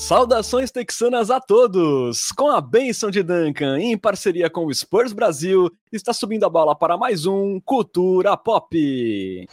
Saudações texanas a todos! Com a bênção de Duncan, em parceria com o Spurs Brasil, está subindo a bola para mais um Cultura Pop.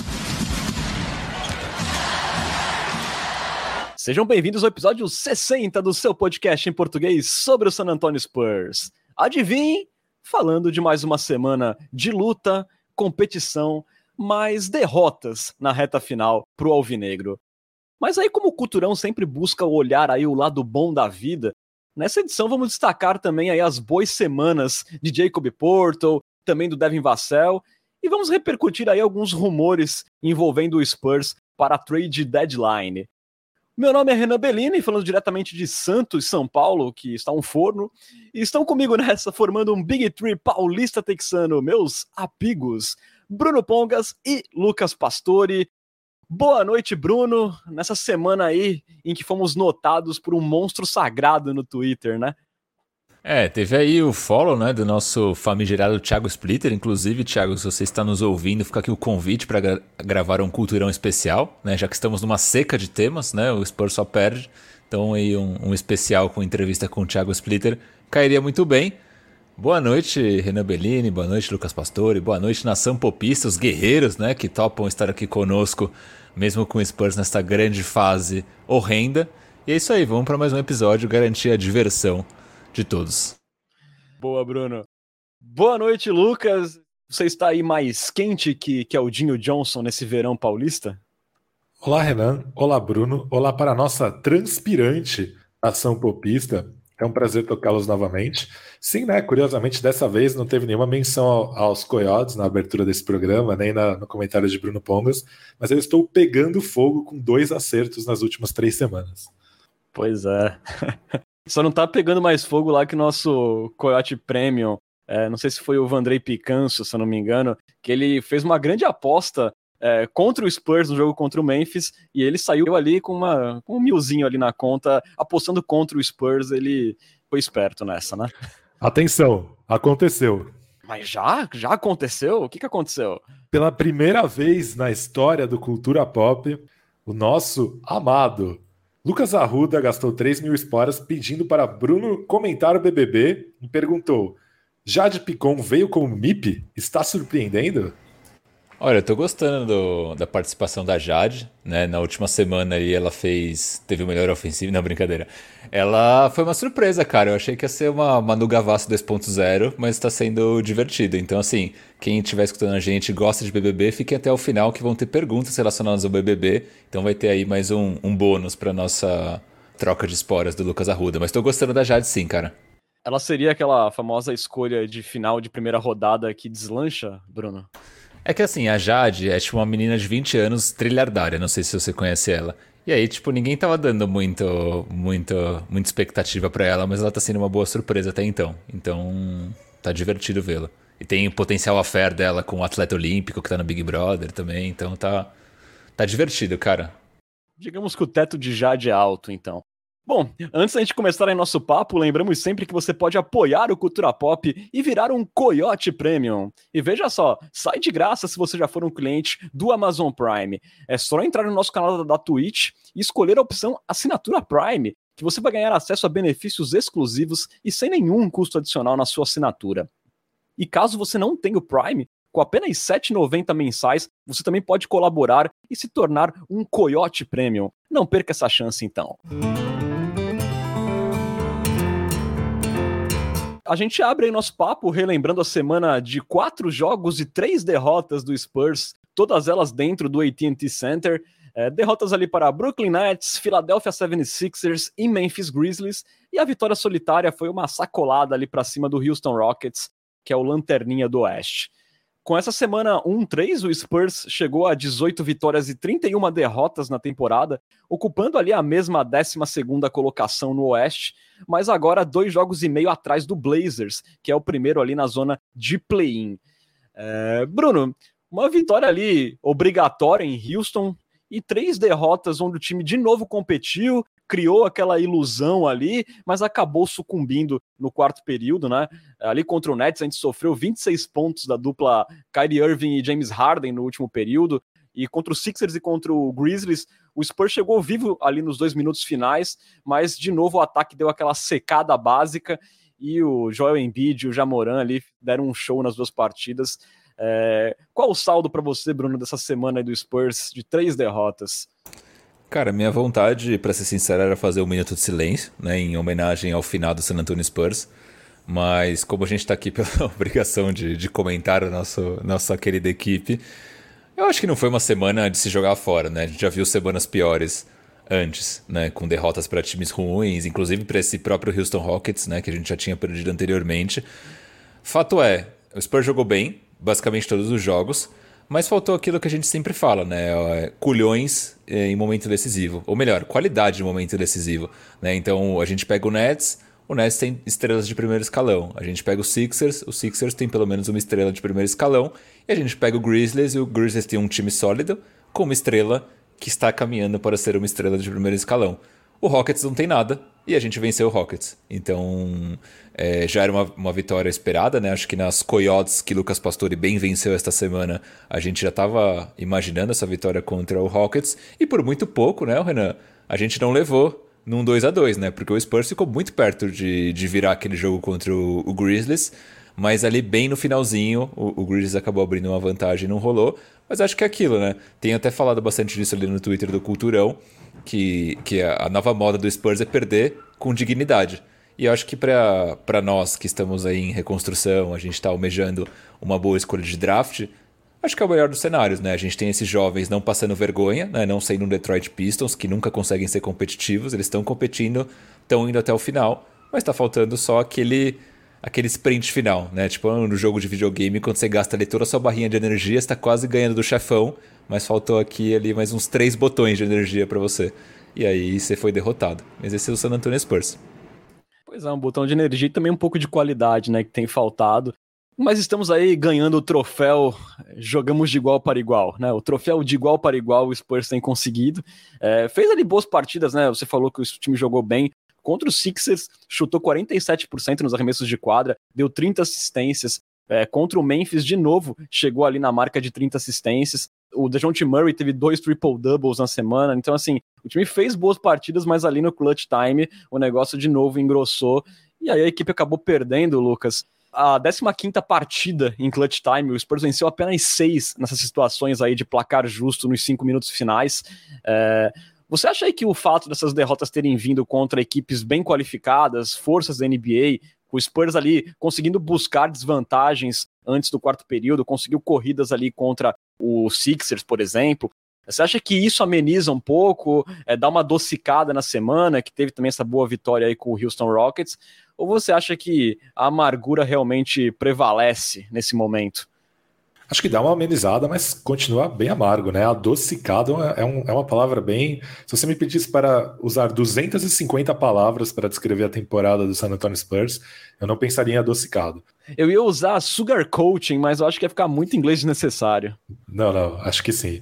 Sejam bem-vindos ao episódio 60 do seu podcast em português sobre o San Antonio Spurs. Adivinhem, falando de mais uma semana de luta, competição, mas derrotas na reta final para o Alvinegro. Mas aí, como o Culturão sempre busca olhar aí o lado bom da vida, nessa edição vamos destacar também aí as boas semanas de Jacob Poeltl, também do Devin Vassell, e vamos repercutir aí alguns rumores envolvendo o Spurs para a trade deadline. Meu nome é Renan Bellini, falando diretamente de Santos, São Paulo, que está um forno, e estão comigo nessa, formando um Big Three paulista texano, meus amigos, Bruno Pongas e Lucas Pastore. Boa noite, Bruno, nessa semana aí em que fomos notados por um monstro sagrado no Twitter, né? Teve aí o follow, né, do nosso famigerado Thiago Splitter. Inclusive, Thiago, se você está nos ouvindo, fica aqui o convite para gravar um Culturão especial, né, já que estamos numa seca de temas, né, o Spurs só perde. Então aí um especial com entrevista com o Thiago Splitter cairia muito bem. Boa noite, Renan Bellini, boa noite, Lucas Pastore, boa noite, nação popista, os guerreiros, né, que topam estar aqui conosco, mesmo com o Spurs nesta grande fase horrenda. E é isso aí, vamos para mais um episódio, garantir a diversão de todos. Boa, Bruno. Boa noite, Lucas. Você está aí mais quente que Aldinho Johnson nesse verão paulista? Olá, Renan. Olá, Bruno. Olá para a nossa transpirante nação popista. É um prazer tocá-los novamente. Sim, né? Curiosamente, dessa vez não teve nenhuma menção aos Coyotes na abertura desse programa, nem no comentário de Bruno Pongas, mas eu estou pegando fogo com 2 acertos nas últimas 3 semanas. Pois é. Só não tá pegando mais fogo lá que o nosso Coyote Premium, não sei se foi o Vandrei Picanso, se eu não me engano, que ele fez uma grande aposta contra o Spurs no jogo contra o Memphis, e ele saiu ali com um milzinho ali na conta, apostando contra o Spurs. Ele foi esperto nessa, né? Atenção, aconteceu. Mas já aconteceu? O que aconteceu? Pela primeira vez na história do Cultura Pop, o nosso amado Lucas Arruda gastou 3.000 esporas pedindo para Bruno comentar o BBB e perguntou: Jade Picon veio como MIP? Está surpreendendo? Olha, eu tô gostando da participação da Jade, né? Na última semana aí ela teve o melhor ofensivo, não, brincadeira. Ela foi uma surpresa, cara. Eu achei que ia ser uma Manu Gavassi 2.0, mas tá sendo divertido. Então, assim, quem estiver escutando a gente e gosta de BBB, fiquem até o final que vão ter perguntas relacionadas ao BBB. Então vai ter aí mais um bônus pra nossa troca de esporas do Lucas Arruda. Mas tô gostando da Jade sim, cara. Ela seria aquela famosa escolha de final de primeira rodada que deslancha, Bruno? É que assim, a Jade é tipo uma menina de 20 anos trilhardária, não sei se você conhece ela. E aí, tipo, ninguém tava dando muita expectativa pra ela, mas ela tá sendo uma boa surpresa até então. Então, tá divertido vê-la. E tem o potencial affair dela com o atleta olímpico que tá no Big Brother também, então tá divertido, cara. Digamos que o teto de Jade é alto, então. Bom, antes da gente começar aí nosso papo, lembramos sempre que você pode apoiar o Cultura Pop e virar um Coyote Premium. E veja só, sai de graça se você já for um cliente do Amazon Prime. É só entrar no nosso canal da Twitch e escolher a opção Assinatura Prime, que você vai ganhar acesso a benefícios exclusivos e sem nenhum custo adicional na sua assinatura. E caso você não tenha o Prime, com apenas R$ 7,90 mensais, você também pode colaborar e se tornar um Coyote Premium. Não perca essa chance, então. A gente abre aí nosso papo relembrando a semana de 4 jogos e 3 derrotas do Spurs, todas elas dentro do AT&T Center. Derrotas ali para Brooklyn Nets, Philadelphia 76ers e Memphis Grizzlies. E a vitória solitária foi uma sacolada ali para cima do Houston Rockets, que é o lanterninha do Oeste. Com essa semana 1-3, o Spurs chegou a 18 vitórias e 31 derrotas na temporada, ocupando ali a mesma 12ª colocação no Oeste, mas agora 2 jogos e meio atrás do Blazers, que é o primeiro ali na zona de play-in. Bruno, uma vitória ali obrigatória em Houston e 3 derrotas onde o time de novo competiu, criou aquela ilusão ali, mas acabou sucumbindo no quarto período, né? Ali contra o Nets a gente sofreu 26 pontos da dupla Kyrie Irving e James Harden no último período, E contra o Sixers e contra o Grizzlies, o Spurs chegou vivo ali nos 2 minutos finais, mas de novo o ataque deu aquela secada básica e o Joel Embiid e o Ja Morant ali deram um show nas 2 partidas. Qual o saldo para você, Bruno, dessa semana aí do Spurs de 3 derrotas? Cara, minha vontade, pra ser sincero, era fazer um minuto de silêncio, né, em homenagem ao final do San Antonio Spurs. Mas como a gente tá aqui pela obrigação de comentar a nossa querida equipe, eu acho que não foi uma semana de se jogar fora, né? A gente já viu semanas piores antes, né, com derrotas para times ruins, inclusive para esse próprio Houston Rockets, né, que a gente já tinha perdido anteriormente. Fato é, o Spurs jogou bem, basicamente todos os jogos, mas faltou aquilo que a gente sempre fala, né? Culhões em momento decisivo. Ou melhor, qualidade em momento decisivo, né? Então a gente pega o Nets tem estrelas de primeiro escalão. A gente pega o Sixers tem pelo menos uma estrela de primeiro escalão. E a gente pega o Grizzlies, e o Grizzlies tem um time sólido com uma estrela que está caminhando para ser uma estrela de primeiro escalão. O Rockets não tem nada e a gente venceu o Rockets. Então já era uma vitória esperada, né? Acho que nas Coyotes, que Lucas Pastore bem venceu esta semana, a gente já estava imaginando essa vitória contra o Rockets. E por muito pouco, né, Renan? A gente não levou num 2-2, né? Porque o Spurs ficou muito perto de virar aquele jogo contra o Grizzlies. Mas ali bem no finalzinho, o Grizzlies acabou abrindo uma vantagem e não rolou. Mas acho que é aquilo, né? Tenho até falado bastante disso ali no Twitter do Culturão, que a nova moda do Spurs é perder com dignidade. E eu acho que para nós que estamos aí em reconstrução, a gente está almejando uma boa escolha de draft, acho que é o melhor dos cenários, né? A gente tem esses jovens não passando vergonha, né? Não sendo um Detroit Pistons, que nunca conseguem ser competitivos, eles estão competindo, estão indo até o final, mas está faltando só aquele sprint final, né? Tipo no jogo de videogame, quando você gasta ali toda a sua barrinha de energia, você está quase ganhando do chefão, mas faltou aqui ali mais uns 3 botões de energia para você. E aí você foi derrotado. Mas esse é o San Antonio Spurs. Pois é, um botão de energia e também um pouco de qualidade, né, que tem faltado. Mas estamos aí ganhando o troféu, jogamos de igual para igual, né? O troféu de igual para igual o Spurs tem conseguido. Fez ali boas partidas, né? Você falou que o time jogou bem. Contra o Sixers, chutou 47% nos arremessos de quadra, deu 30 assistências. Contra o Memphis, de novo, chegou ali na marca de 30 assistências. O DeJounte Murray teve 2 triple-doubles na semana. Então, assim, o time fez boas partidas, mas ali no clutch time o negócio de novo engrossou. E aí a equipe acabou perdendo, Lucas. A 15ª partida em clutch time, o Spurs venceu apenas 6 nessas situações aí de placar justo nos 5 minutos finais. Você acha aí que o fato dessas derrotas terem vindo contra equipes bem qualificadas, forças da NBA, o Spurs ali conseguindo buscar desvantagens antes do quarto período, conseguiu corridas ali contra o Sixers, por exemplo, você acha que isso ameniza um pouco, dá uma adocicada na semana, que teve também essa boa vitória aí com o Houston Rockets, ou você acha que a amargura realmente prevalece nesse momento? Acho que dá uma amenizada, mas continua bem amargo, né? Adocicado é uma palavra bem... Se você me pedisse para usar 250 palavras para descrever a temporada do San Antonio Spurs, eu não pensaria em adocicado. Eu ia usar sugarcoating, mas eu acho que ia ficar muito inglês desnecessário. Não, acho que sim.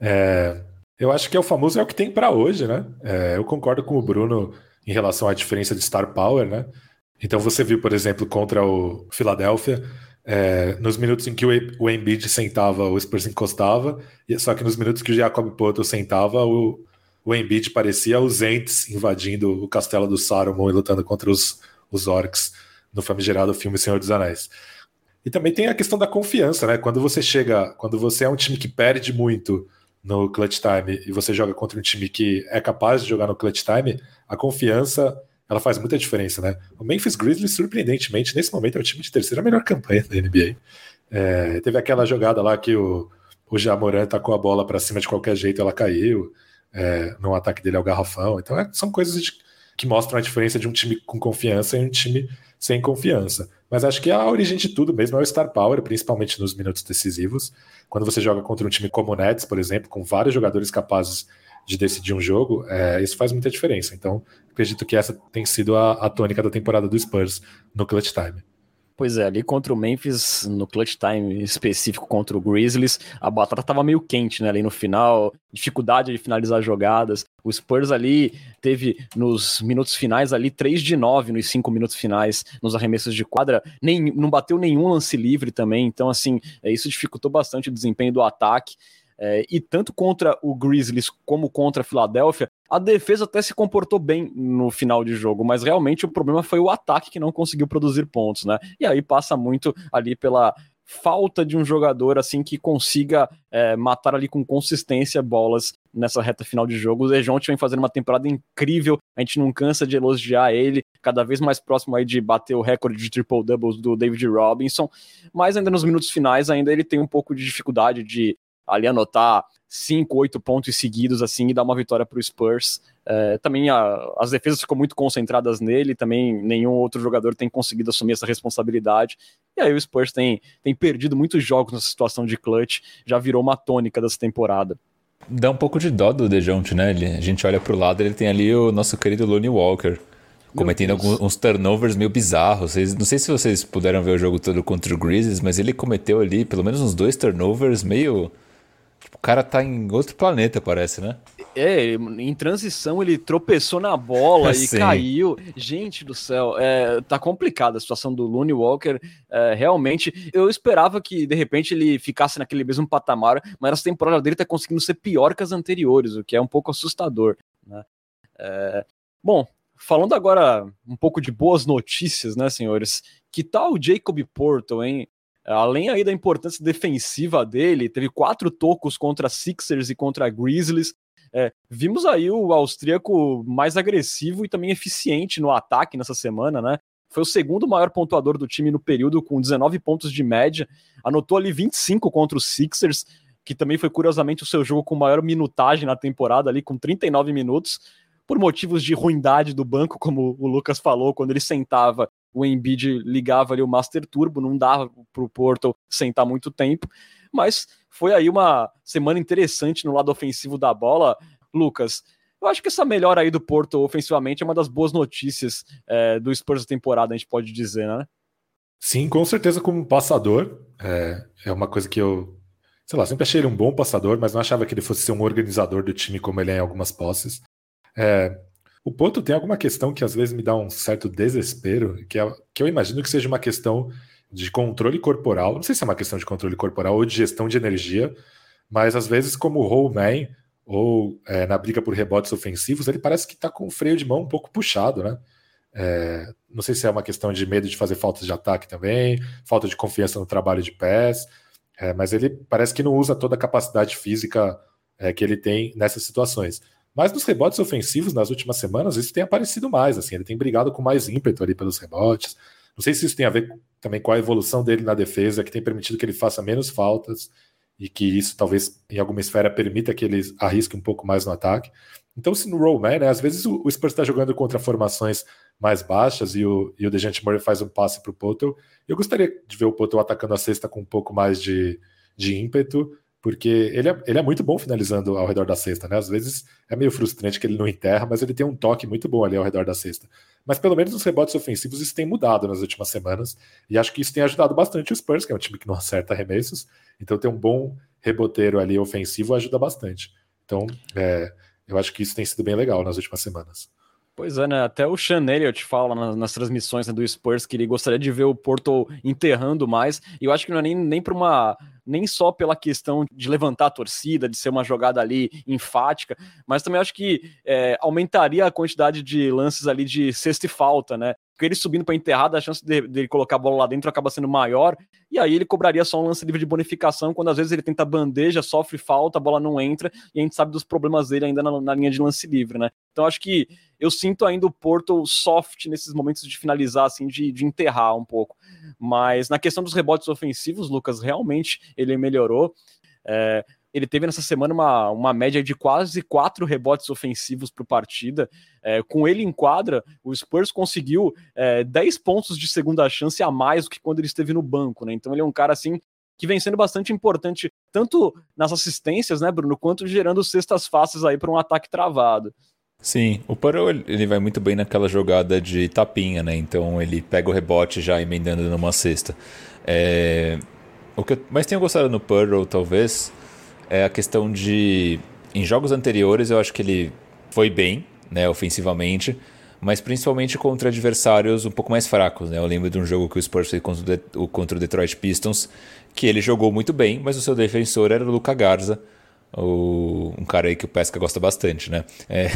Eu acho que é o que tem para hoje, né? Eu concordo com o Bruno em relação à diferença de star power, né? Então você viu, por exemplo, contra o Philadelphia, nos minutos em que o Embiid sentava, o Spurs encostava, só que nos minutos que o Jakob Poeltl sentava, o Embiid parecia os Ents invadindo o castelo do Saruman e lutando contra os orcs no famigerado filme Senhor dos Anéis. E também tem a questão da confiança, né? Quando você é um time que perde muito no clutch time e você joga contra um time que é capaz de jogar no clutch time, a confiança ela faz muita diferença, né? O Memphis Grizzlies, surpreendentemente, nesse momento é o time de terceira melhor campanha da NBA. Teve aquela jogada lá que o Ja Morant tacou a bola para cima de qualquer jeito, ela caiu, no ataque dele ao garrafão. Então são coisas que mostram a diferença de um time com confiança e um time sem confiança. Mas acho que a origem de tudo mesmo é o star power, principalmente nos minutos decisivos. Quando você joga contra um time como o Nets, por exemplo, com vários jogadores capazes de decidir um jogo, isso faz muita diferença. Então, acredito que essa tem sido a tônica da temporada do Spurs no clutch time. Pois é, ali contra o Memphis, no clutch time específico contra o Grizzlies, a batata tava meio quente, né, ali no final, dificuldade de finalizar jogadas. O Spurs ali teve nos minutos finais ali 3 de 9 nos 5 minutos finais nos arremessos de quadra, não bateu nenhum lance livre também, então assim, isso dificultou bastante o desempenho do ataque. E tanto contra o Grizzlies como contra a Filadélfia, a defesa até se comportou bem no final de jogo, mas realmente o problema foi o ataque que não conseguiu produzir pontos, né? E aí passa muito ali pela falta de um jogador assim que consiga matar ali com consistência bolas nessa reta final de jogo. O Dejounte vem fazendo uma temporada incrível, a gente não cansa de elogiar ele, cada vez mais próximo aí de bater o recorde de triple-doubles do David Robinson, mas ainda nos minutos finais ainda ele tem um pouco de dificuldade de ali anotar 5, 8 pontos seguidos assim e dar uma vitória para o Spurs. Também as defesas ficam muito concentradas nele, também nenhum outro jogador tem conseguido assumir essa responsabilidade, e aí o Spurs tem perdido muitos jogos nessa situação de clutch, já virou uma tônica dessa temporada. Dá um pouco de dó do DeJounte, né? A gente olha pro lado, ele tem ali o nosso querido Lonnie Walker, cometendo uns turnovers meio bizarros. Não sei se vocês puderam ver o jogo todo contra o Grizzlies, mas ele cometeu ali pelo menos uns 2 turnovers meio... Tipo, o cara tá em outro planeta, parece, né? Em transição ele tropeçou na bola e caiu. Gente do céu, tá complicada a situação do Lonnie Walker. Realmente, eu esperava que de repente ele ficasse naquele mesmo patamar, mas essa temporada dele tá conseguindo ser pior que as anteriores, o que é um pouco assustador, né? Bom, falando agora um pouco de boas notícias, né, senhores? Que tal o Jacob Poeltl, hein? Além aí da importância defensiva dele, teve 4 tocos contra Sixers e contra Grizzlies. Vimos aí o austríaco mais agressivo e também eficiente no ataque nessa semana, né? Foi o segundo maior pontuador do time no período, com 19 pontos de média. Anotou ali 25 contra os Sixers, que também foi curiosamente o seu jogo com maior minutagem na temporada, ali com 39 minutos, por motivos de ruindade do banco, como o Lucas falou, quando ele sentava, o Embiid ligava ali o Master Turbo, não dava para o Poeltl sentar muito tempo, mas foi aí uma semana interessante no lado ofensivo da bola. Lucas, eu acho que essa melhora aí do Poeltl ofensivamente é uma das boas notícias do Spurs da temporada, a gente pode dizer, né? Sim, com certeza como passador, é uma coisa que eu, sei lá, sempre achei ele um bom passador, mas não achava que ele fosse ser um organizador do time como ele é em algumas posses. O Poeltl tem alguma questão que às vezes me dá um certo desespero, que eu imagino que seja uma questão de controle corporal. Não sei se é uma questão de controle corporal ou de gestão de energia, mas às vezes como roll man ou na briga por rebotes ofensivos, ele parece que está com o freio de mão um pouco puxado, né? Não sei se é uma questão de medo de fazer faltas de ataque também, falta de confiança no trabalho de pés, mas ele parece que não usa toda a capacidade física que ele tem nessas situações. Mas nos rebotes ofensivos, nas últimas semanas, isso tem aparecido mais, assim, ele tem brigado com mais ímpeto ali pelos rebotes. Não sei se isso tem a ver também com a evolução dele na defesa, que tem permitido que ele faça menos faltas e que isso talvez em alguma esfera permita que ele arrisque um pouco mais no ataque. Então, se no rollman, né, às vezes o Spurs está jogando contra formações mais baixas e o DeJounte Murray faz um passe para o Poeltl. Eu gostaria de ver o Poeltl atacando a cesta com um pouco mais de ímpeto, porque ele é muito bom finalizando ao redor da cesta, né? Às vezes é meio frustrante que ele não enterra, mas ele tem um toque muito bom ali ao redor da cesta. Mas pelo menos nos rebotes ofensivos isso tem mudado nas últimas semanas, e acho que isso tem ajudado bastante o Spurs, que é um time que não acerta arremessos, então ter um bom reboteiro ali ofensivo ajuda bastante. Então, eu acho que isso tem sido bem legal nas últimas semanas. Pois é, né? Até o Sean Elliott fala nas transmissões, né, do Spurs que ele gostaria de ver o Poeltl enterrando mais, e eu acho que não é nem só pela questão de levantar a torcida, de ser uma jogada ali enfática, mas também acho que aumentaria a quantidade de lances ali de cesta e falta, né? Porque ele subindo para enterrada, a chance dele colocar a bola lá dentro acaba sendo maior, e aí ele cobraria só um lance livre de bonificação, quando às vezes ele tenta bandeja, sofre falta, a bola não entra, e a gente sabe dos problemas dele ainda na linha de lance livre, né? Então acho que eu sinto ainda o Poeltl soft nesses momentos de finalizar, assim, de enterrar um pouco. Mas na questão dos rebotes ofensivos, Lucas, realmente ele melhorou. Ele teve nessa semana uma média de quase 4 rebotes ofensivos por partida. Com ele em quadra, o Spurs conseguiu 10 pontos de segunda chance a mais do que quando ele esteve no banco, né? Então ele é um cara assim que vem sendo bastante importante, tanto nas assistências, né, Bruno, quanto gerando cestas fáceis aí para um ataque travado. Sim, o Poeltl ele vai muito bem naquela jogada de tapinha, né? Então ele pega o rebote já emendando numa cesta. O que eu mais tenho gostado no Poeltl, talvez, é a questão de... Em jogos anteriores eu acho que ele foi bem, né, ofensivamente, mas principalmente contra adversários um pouco mais fracos, né? Eu lembro de um jogo que o Spurs fez contra o Detroit Pistons, que ele jogou muito bem, mas o seu defensor era o Luka Garza, um cara aí que o Pesca gosta bastante, né?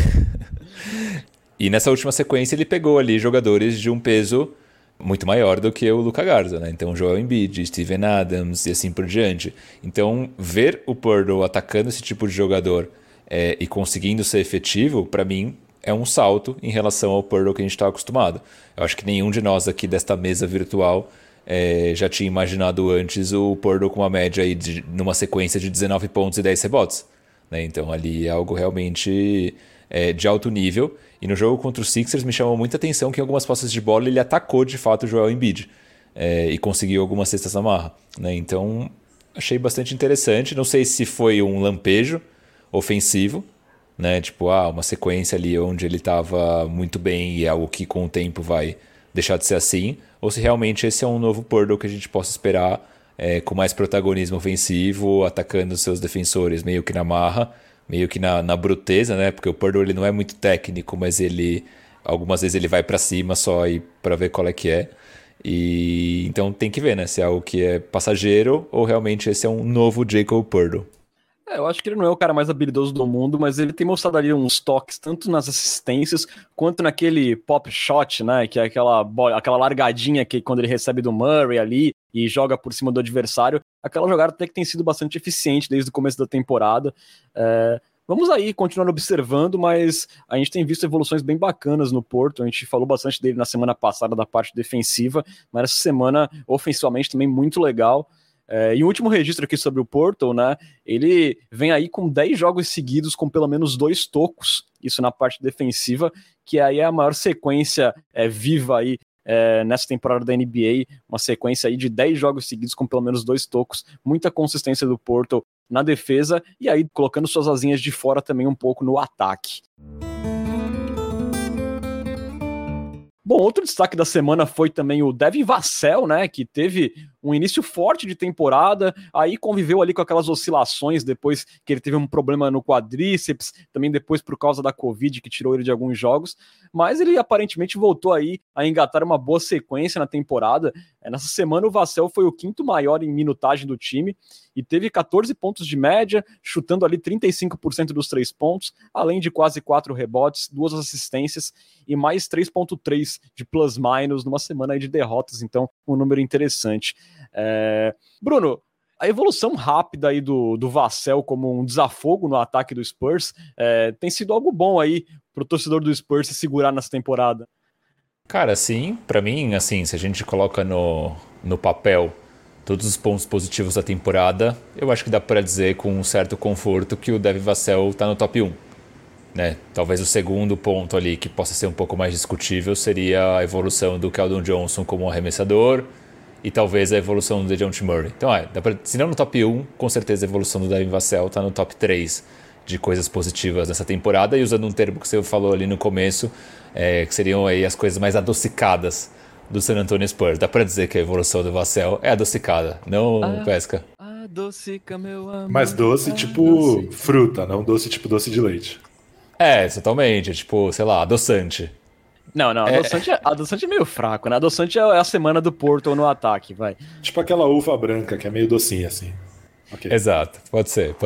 E nessa última sequência ele pegou ali jogadores de um peso muito maior do que o Luka Garza, né? Então Joel Embiid, Steven Adams e assim por diante. Então ver o Poeltl atacando esse tipo de jogador e conseguindo ser efetivo, para mim é um salto em relação ao Poeltl que a gente está acostumado. Eu acho que nenhum de nós aqui desta mesa virtual já tinha imaginado antes o Poeltl com uma média aí numa sequência de 19 pontos e 10 rebotes, né? Então ali é algo realmente de alto nível. E no jogo contra os Sixers me chamou muita atenção que em algumas posses de bola ele atacou de fato o Joel Embiid e conseguiu algumas cestas na marra, né? Então achei bastante interessante. Não sei se foi um lampejo ofensivo, né? Tipo, uma sequência ali onde ele estava muito bem e é algo que com o tempo vai deixar de ser assim, ou se realmente esse é um novo Poeltl que a gente possa esperar com mais protagonismo ofensivo, atacando seus defensores meio que na marra, meio que na bruteza, né? Porque o Poeltl ele não é muito técnico, mas ele algumas vezes ele vai para cima só para ver qual é que é. E então tem que ver, né? Se é algo que é passageiro ou realmente esse é um novo Jakob Poeltl. Eu acho que ele não é o cara mais habilidoso do mundo, mas ele tem mostrado ali uns toques, tanto nas assistências, quanto naquele pop shot, né, que é aquela largadinha que quando ele recebe do Murray ali e joga por cima do adversário, aquela jogada até que tem sido bastante eficiente desde o começo da temporada. Vamos aí continuar observando, mas a gente tem visto evoluções bem bacanas no Porto. A gente falou bastante dele na semana passada da parte defensiva, mas essa semana ofensivamente também muito legal. E o último registro aqui sobre o Poeltl, né, ele vem aí com 10 jogos seguidos com pelo menos 2 tocos, isso na parte defensiva, que aí é a maior sequência viva aí nessa temporada da NBA, uma sequência aí de 10 jogos seguidos com pelo menos 2 tocos, muita consistência do Poeltl na defesa e aí colocando suas asinhas de fora também um pouco no ataque. Bom, outro destaque da semana foi também o Devin Vassell, né, que teve um início forte de temporada, aí conviveu ali com aquelas oscilações depois que ele teve um problema no quadríceps, também depois por causa da Covid, que tirou ele de alguns jogos, mas ele aparentemente voltou aí a engatar uma boa sequência na temporada. Nessa semana o Vassell foi o 5º maior em minutagem do time e teve 14 pontos de média, chutando ali 35% dos 3 pontos, além de quase 4 rebotes, 2 assistências e mais 3.3 de plus-minus numa semana aí de derrotas, então um número interessante. Bruno, a evolução rápida aí do Vassell como um desafogo no ataque do Spurs tem sido algo bom aí pro torcedor do Spurs se segurar nessa temporada. Cara, sim, pra mim, assim, se a gente coloca no papel todos os pontos positivos da temporada, eu acho que dá pra dizer com um certo conforto que o Devin Vassell tá no top 1. Né? Talvez o segundo ponto ali que possa ser um pouco mais discutível seria a evolução do Keldon Johnson como arremessador e talvez a evolução do DeJounte Murray. Então, se não no top 1, com certeza a evolução do Devin Vassell está no top 3 de coisas positivas dessa temporada. E usando um termo que você falou ali no começo, que seriam aí as coisas mais adocicadas do San Antonio Spurs. Dá para dizer que a evolução do Vassell é adocicada, não Pesca? Adocica, meu amor. Mas doce tipo fruta, não doce tipo doce de leite. Totalmente. Tipo, sei lá, adoçante. Não, adoçante é meio fraco, né? Adoçante é a semana do Porto no ataque, vai. Tipo aquela uva branca que é meio docinha, assim. Okay. Exato, pode ser.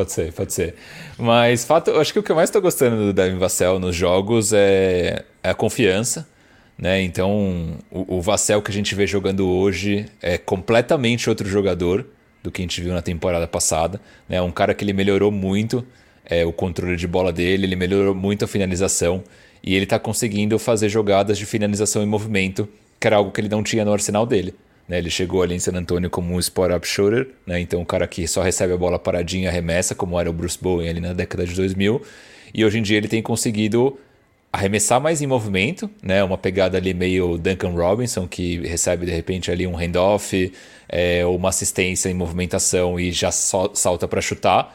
Mas, fato, eu acho que o que eu mais tô gostando do Devin Vassell nos jogos é a confiança, né? Então, o Vassell que a gente vê jogando hoje é completamente outro jogador do que a gente viu na temporada passada, né? Um cara que ele melhorou muito o controle de bola dele, ele melhorou muito a finalização e ele está conseguindo fazer jogadas de finalização em movimento, que era algo que ele não tinha no arsenal dele. Né? Ele chegou ali em San Antonio como um spot-up shooter, né? Então um cara que só recebe a bola paradinha e arremessa, como era o Bruce Bowen ali na década de 2000, e hoje em dia ele tem conseguido arremessar mais em movimento, né? Uma pegada ali meio Duncan Robinson, que recebe de repente ali um handoff, ou uma assistência em movimentação e já salta para chutar.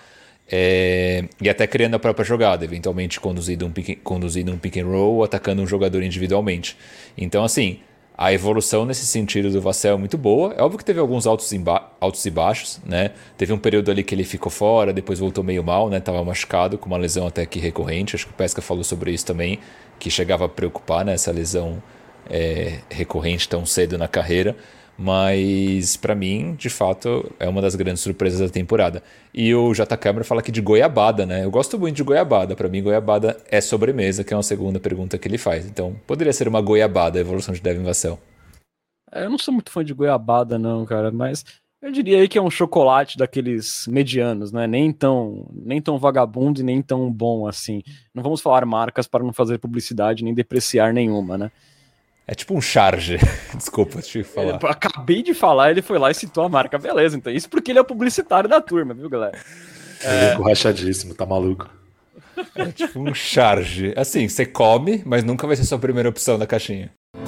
E até criando a própria jogada, eventualmente conduzindo um pick and roll ou atacando um jogador individualmente. Então, assim, a evolução nesse sentido do Vassell é muito boa. É óbvio que teve alguns altos e baixos, né? Teve um período ali que ele ficou fora, depois voltou meio mal, né? Tava machucado, com uma lesão até que recorrente. Acho que o Pesca falou sobre isso também, que chegava a preocupar, né? Essa lesão recorrente tão cedo na carreira. Mas, pra mim, de fato, é uma das grandes surpresas da temporada. E o J. Câmara fala aqui de goiabada, né? Eu gosto muito de goiabada. Pra mim, goiabada é sobremesa, que é uma segunda pergunta que ele faz. Então, poderia ser uma goiabada a evolução de Devin Vassell. Eu não sou muito fã de goiabada, não, cara, mas eu diria aí que é um chocolate daqueles medianos, né? Nem tão vagabundo e nem tão bom assim. Não vamos falar marcas para não fazer publicidade nem depreciar nenhuma, né? É tipo um charge. Desculpa te falar. Acabei de falar, ele foi lá e citou a marca. Beleza, então isso porque ele é o publicitário da turma, viu, galera? Elenco rachadíssimo, tá maluco. É tipo um charge. Assim, você come, mas nunca vai ser sua primeira opção da caixinha.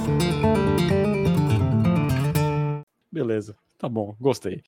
Beleza, tá bom, gostei.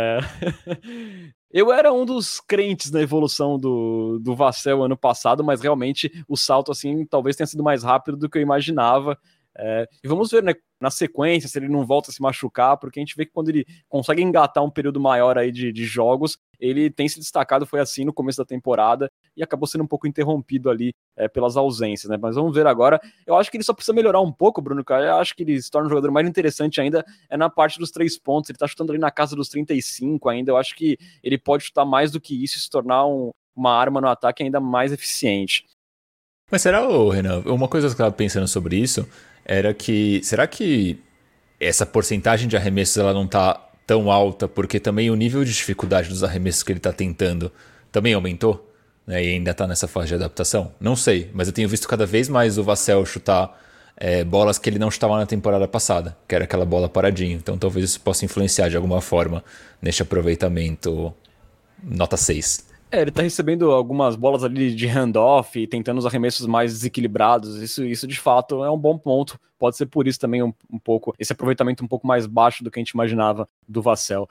Eu era um dos crentes na evolução do Vassell ano passado, mas realmente o salto assim talvez tenha sido mais rápido do que eu imaginava. E vamos ver, né, na sequência, se ele não volta a se machucar, porque a gente vê que quando ele consegue engatar um período maior aí de jogos, ele tem se destacado, foi assim no começo da temporada, e acabou sendo um pouco interrompido ali pelas ausências, né? Mas vamos ver agora. Eu acho que ele só precisa melhorar um pouco, Bruno, cara. Eu acho que ele se torna um jogador mais interessante ainda na parte dos 3 pontos. Ele tá chutando ali na casa dos 35 ainda. Eu acho que ele pode chutar mais do que isso e se tornar uma arma no ataque ainda mais eficiente. Mas será, Renan, uma coisa que eu estava pensando sobre isso era que, será que essa porcentagem de arremessos ela não tá tão alta porque também o nível de dificuldade dos arremessos que ele tá tentando também aumentou, né, e ainda tá nessa fase de adaptação? Não sei, mas eu tenho visto cada vez mais o Vassell chutar bolas que ele não chutava na temporada passada, que era aquela bola paradinho. Então talvez isso possa influenciar de alguma forma neste aproveitamento nota 6. Ele tá recebendo algumas bolas ali de handoff e tentando os arremessos mais desequilibrados. Isso de fato é um bom ponto. Pode ser por isso também um pouco, esse aproveitamento um pouco mais baixo do que a gente imaginava do Vassell.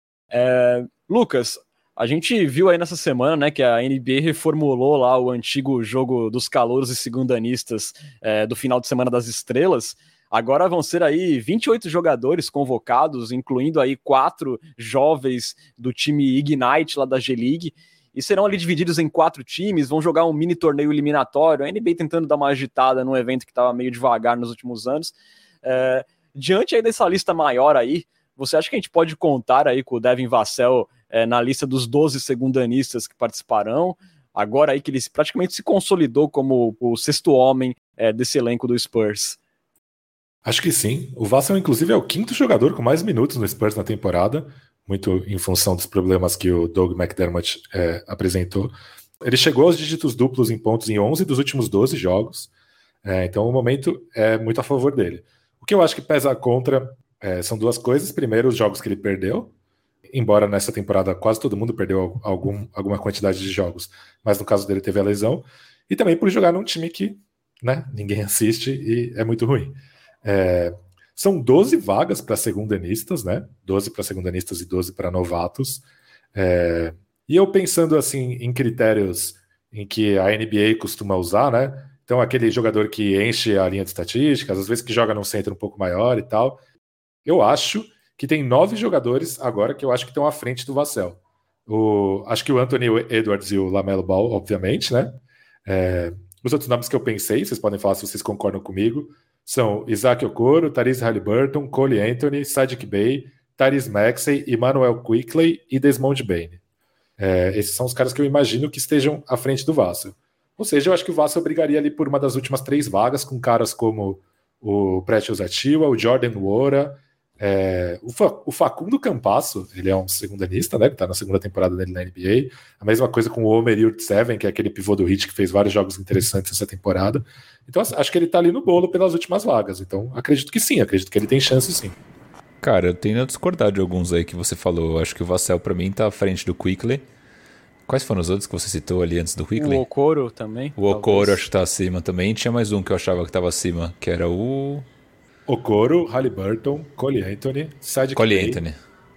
Lucas, a gente viu aí nessa semana, né, que a NBA reformulou lá o antigo jogo dos calouros e segundanistas do final de semana das estrelas. Agora vão ser aí 28 jogadores convocados, incluindo aí 4 jovens do time Ignite lá da G-League. E serão ali divididos em 4 times, vão jogar um mini torneio eliminatório, a NBA tentando dar uma agitada num evento que estava meio devagar nos últimos anos. Diante aí dessa lista maior aí, você acha que a gente pode contar aí com o Devin Vassell na lista dos 12 segundanistas que participarão? Agora aí que ele praticamente se consolidou como o 6º homem desse elenco do Spurs. Acho que sim. O Vassell, inclusive, é o 5º jogador com mais minutos no Spurs na temporada, muito em função dos problemas que o Doug McDermott apresentou. Ele chegou aos dígitos duplos em pontos em 11 dos últimos 12 jogos, então o momento é muito a favor dele. O que eu acho que pesa contra são 2 coisas. Primeiro, os jogos que ele perdeu, embora nessa temporada quase todo mundo perdeu alguma quantidade de jogos, mas no caso dele teve a lesão, e também por jogar num time que, né, ninguém assiste e é muito ruim. São 12 vagas para segundanistas, né? 12 para segundanistas e 12 para novatos. E eu pensando assim em critérios em que a NBA costuma usar, né? Então, aquele jogador que enche a linha de estatísticas, às vezes que joga num centro um pouco maior e tal. Eu acho que tem 9 jogadores agora que eu acho que estão à frente do Vassell. Acho que o Anthony Edwards e o LaMelo Ball, obviamente, né? Os outros nomes que eu pensei, vocês podem falar se vocês concordam comigo, são Isaac Okoro, Tyrese Haliburton, Cole Anthony, Saddiq Bey, Tyrese Maxey, Emmanuel Quickley e Desmond Bane. Esses são os caras que eu imagino que estejam à frente do Vassell. Ou seja, eu acho que o Vassell brigaria ali por uma das últimas 3 vagas com caras como o Precious Achiuwa, o Jordan Nwora, o Facundo Campasso, ele é um segundanista, né, que está na 2ª temporada dele na NBA. A mesma coisa com o Omer Yurtseven, que é aquele pivô do Heat que fez vários jogos interessantes essa temporada. Então acho que ele está ali no bolo pelas últimas vagas. Então acredito que sim, acredito que ele tem chance sim. Cara, eu tenho a discordar de alguns aí que você falou. Eu acho que o Vassell pra mim tá à frente do Quickley. Quais foram os outros que você citou ali antes do Quickley? O Okoro também. O Okoro acho que tá acima também. Tinha mais um que eu achava que tava acima, que era o Okoro, Haliburton, Cole Anthony, Saddiq Cole Bey. Anthony.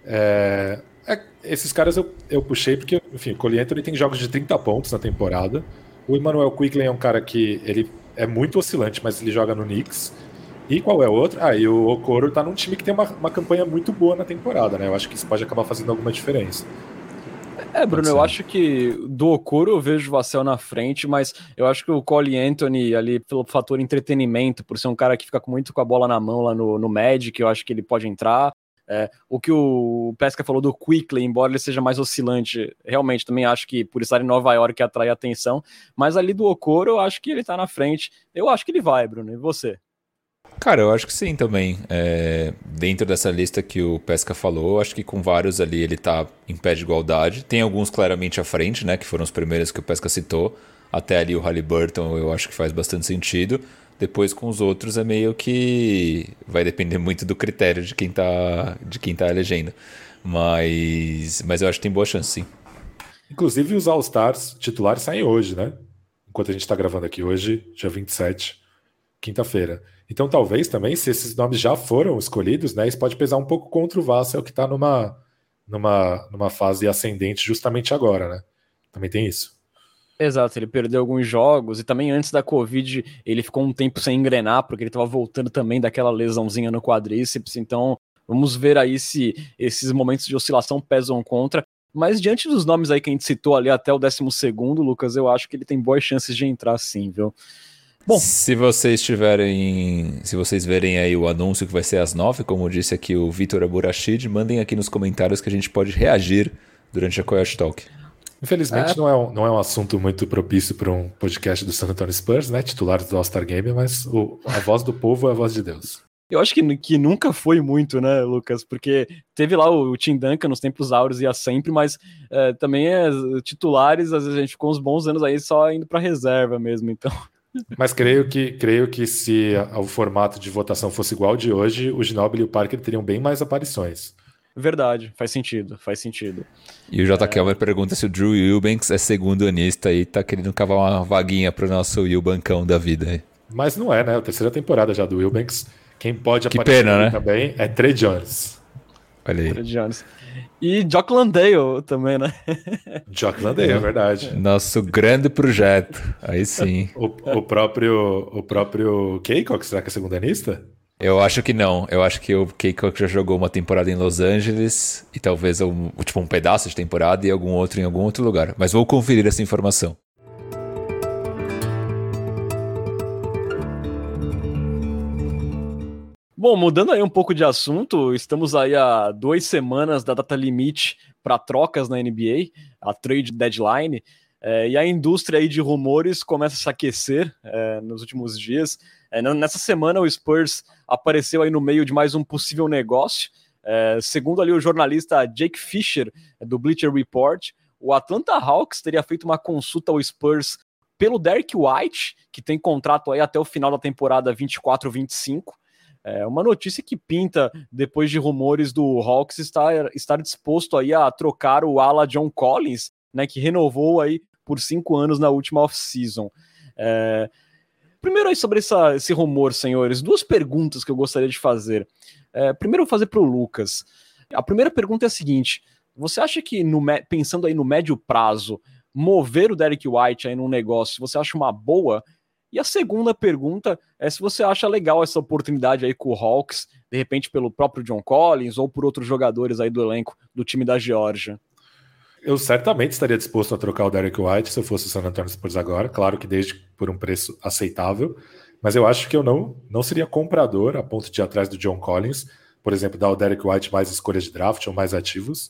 Esses caras eu puxei porque, enfim, o Cole Anthony tem jogos de 30 pontos na temporada. O Emmanuel Quickley é um cara que ele é muito oscilante, mas ele joga no Knicks. E qual é o outro? E o Okoro tá num time que tem uma campanha muito boa na temporada, né? Eu acho que isso pode acabar fazendo alguma diferença. Bruno, eu acho que do Okoro eu vejo o Vassell na frente, mas eu acho que o Cole Anthony ali, pelo fator entretenimento, por ser um cara que fica muito com a bola na mão lá no Magic, eu acho que ele pode entrar. O que o Pesca falou do Quickley, embora ele seja mais oscilante, realmente também acho que por estar em Nova York atrai atenção, mas ali do Okoro eu acho que ele tá na frente. Eu acho que ele vai, Bruno, e você? Cara, eu acho que sim também. Dentro dessa lista que o Pesca falou, acho que com vários ali ele tá em pé de igualdade. Tem alguns claramente à frente, né? Que foram os primeiros que o Pesca citou. Até ali o Haliburton eu acho que faz bastante sentido. Depois com os outros é meio que vai depender muito do critério de quem tá elegendo. Mas eu acho que tem boa chance, sim. Inclusive os All-Stars titulares saem hoje, né? Enquanto a gente está gravando aqui hoje, dia 27, quinta-feira. Então talvez também, se esses nomes já foram escolhidos, né, isso pode pesar um pouco contra o Vassell, que está numa fase ascendente justamente agora, né? Também tem isso. Exato, ele perdeu alguns jogos e também antes da Covid ele ficou um tempo sem engrenar, porque ele estava voltando também daquela lesãozinha no quadríceps, então vamos ver aí se esses momentos de oscilação pesam contra. Mas diante dos nomes aí que a gente citou ali até o 12º, Lucas, eu acho que ele tem boas chances de entrar sim, viu? Bom, se vocês verem aí o anúncio que vai ser às 9, como disse aqui o Vitor Aburachid, mandem aqui nos comentários que a gente pode reagir durante a Coyote Talk. Infelizmente não é um assunto muito propício para um podcast do San Antonio Spurs, né? Titulares do All-Star Game, mas a voz do povo é a voz de Deus. Eu acho que nunca foi muito, né, Lucas? Porque teve lá o Tim Duncan nos tempos áureos, ia sempre, mas também titulares, às vezes a gente ficou uns bons anos aí só indo para reserva mesmo, então. Mas creio que se o formato de votação fosse igual ao de hoje, o Ginóbili e o Parker teriam bem mais aparições. Verdade, faz sentido. E o J. Kelmer pergunta se o Drew Eubanks é segundo anista e tá querendo cavar uma vaguinha pro nosso Eubancão da vida. Mas não é, né? A terceira temporada já do Eubanks. Quem pode que aparecer pena, né? também é Trey Jones. Olha aí. Trey Jones. E Jock Landale também, né? Jock Landale, é verdade. Nosso grande projeto. Aí sim. O próprio Keikok, será que é segundo anista? Eu acho que não. Eu acho que o Keikok já jogou uma temporada em Los Angeles e talvez um pedaço de temporada e algum outro em algum outro lugar. Mas vou conferir essa informação. Bom, mudando aí um pouco de assunto, estamos aí há 2 semanas da data limite para trocas na NBA, a trade deadline, e a indústria aí de rumores começa a se aquecer nos últimos dias. Nessa semana o Spurs apareceu aí no meio de mais um possível negócio. Segundo ali o jornalista Jake Fisher, do Bleacher Report, o Atlanta Hawks teria feito uma consulta ao Spurs pelo Derrick White, que tem contrato aí até o final da temporada 24-25. Uma notícia que pinta depois de rumores do Hawks estar disposto aí a trocar o ala John Collins, né, que renovou aí por 5 anos na última off-season. Primeiro aí sobre esse rumor, senhores, 2 perguntas que eu gostaria de fazer. Primeiro eu vou fazer para o Lucas. A primeira pergunta é a seguinte: você acha que, pensando aí no médio prazo, mover o Derrick White aí num negócio, você acha uma boa? E a segunda pergunta é se você acha legal essa oportunidade aí com o Hawks, de repente pelo próprio John Collins ou por outros jogadores aí do elenco do time da Geórgia. Eu certamente estaria disposto a trocar o Derrick White se eu fosse o San Antonio Spurs agora, claro que desde por um preço aceitável, mas eu acho que eu não seria comprador a ponto de ir atrás do John Collins, por exemplo, dar ao Derrick White mais escolhas de draft ou mais ativos.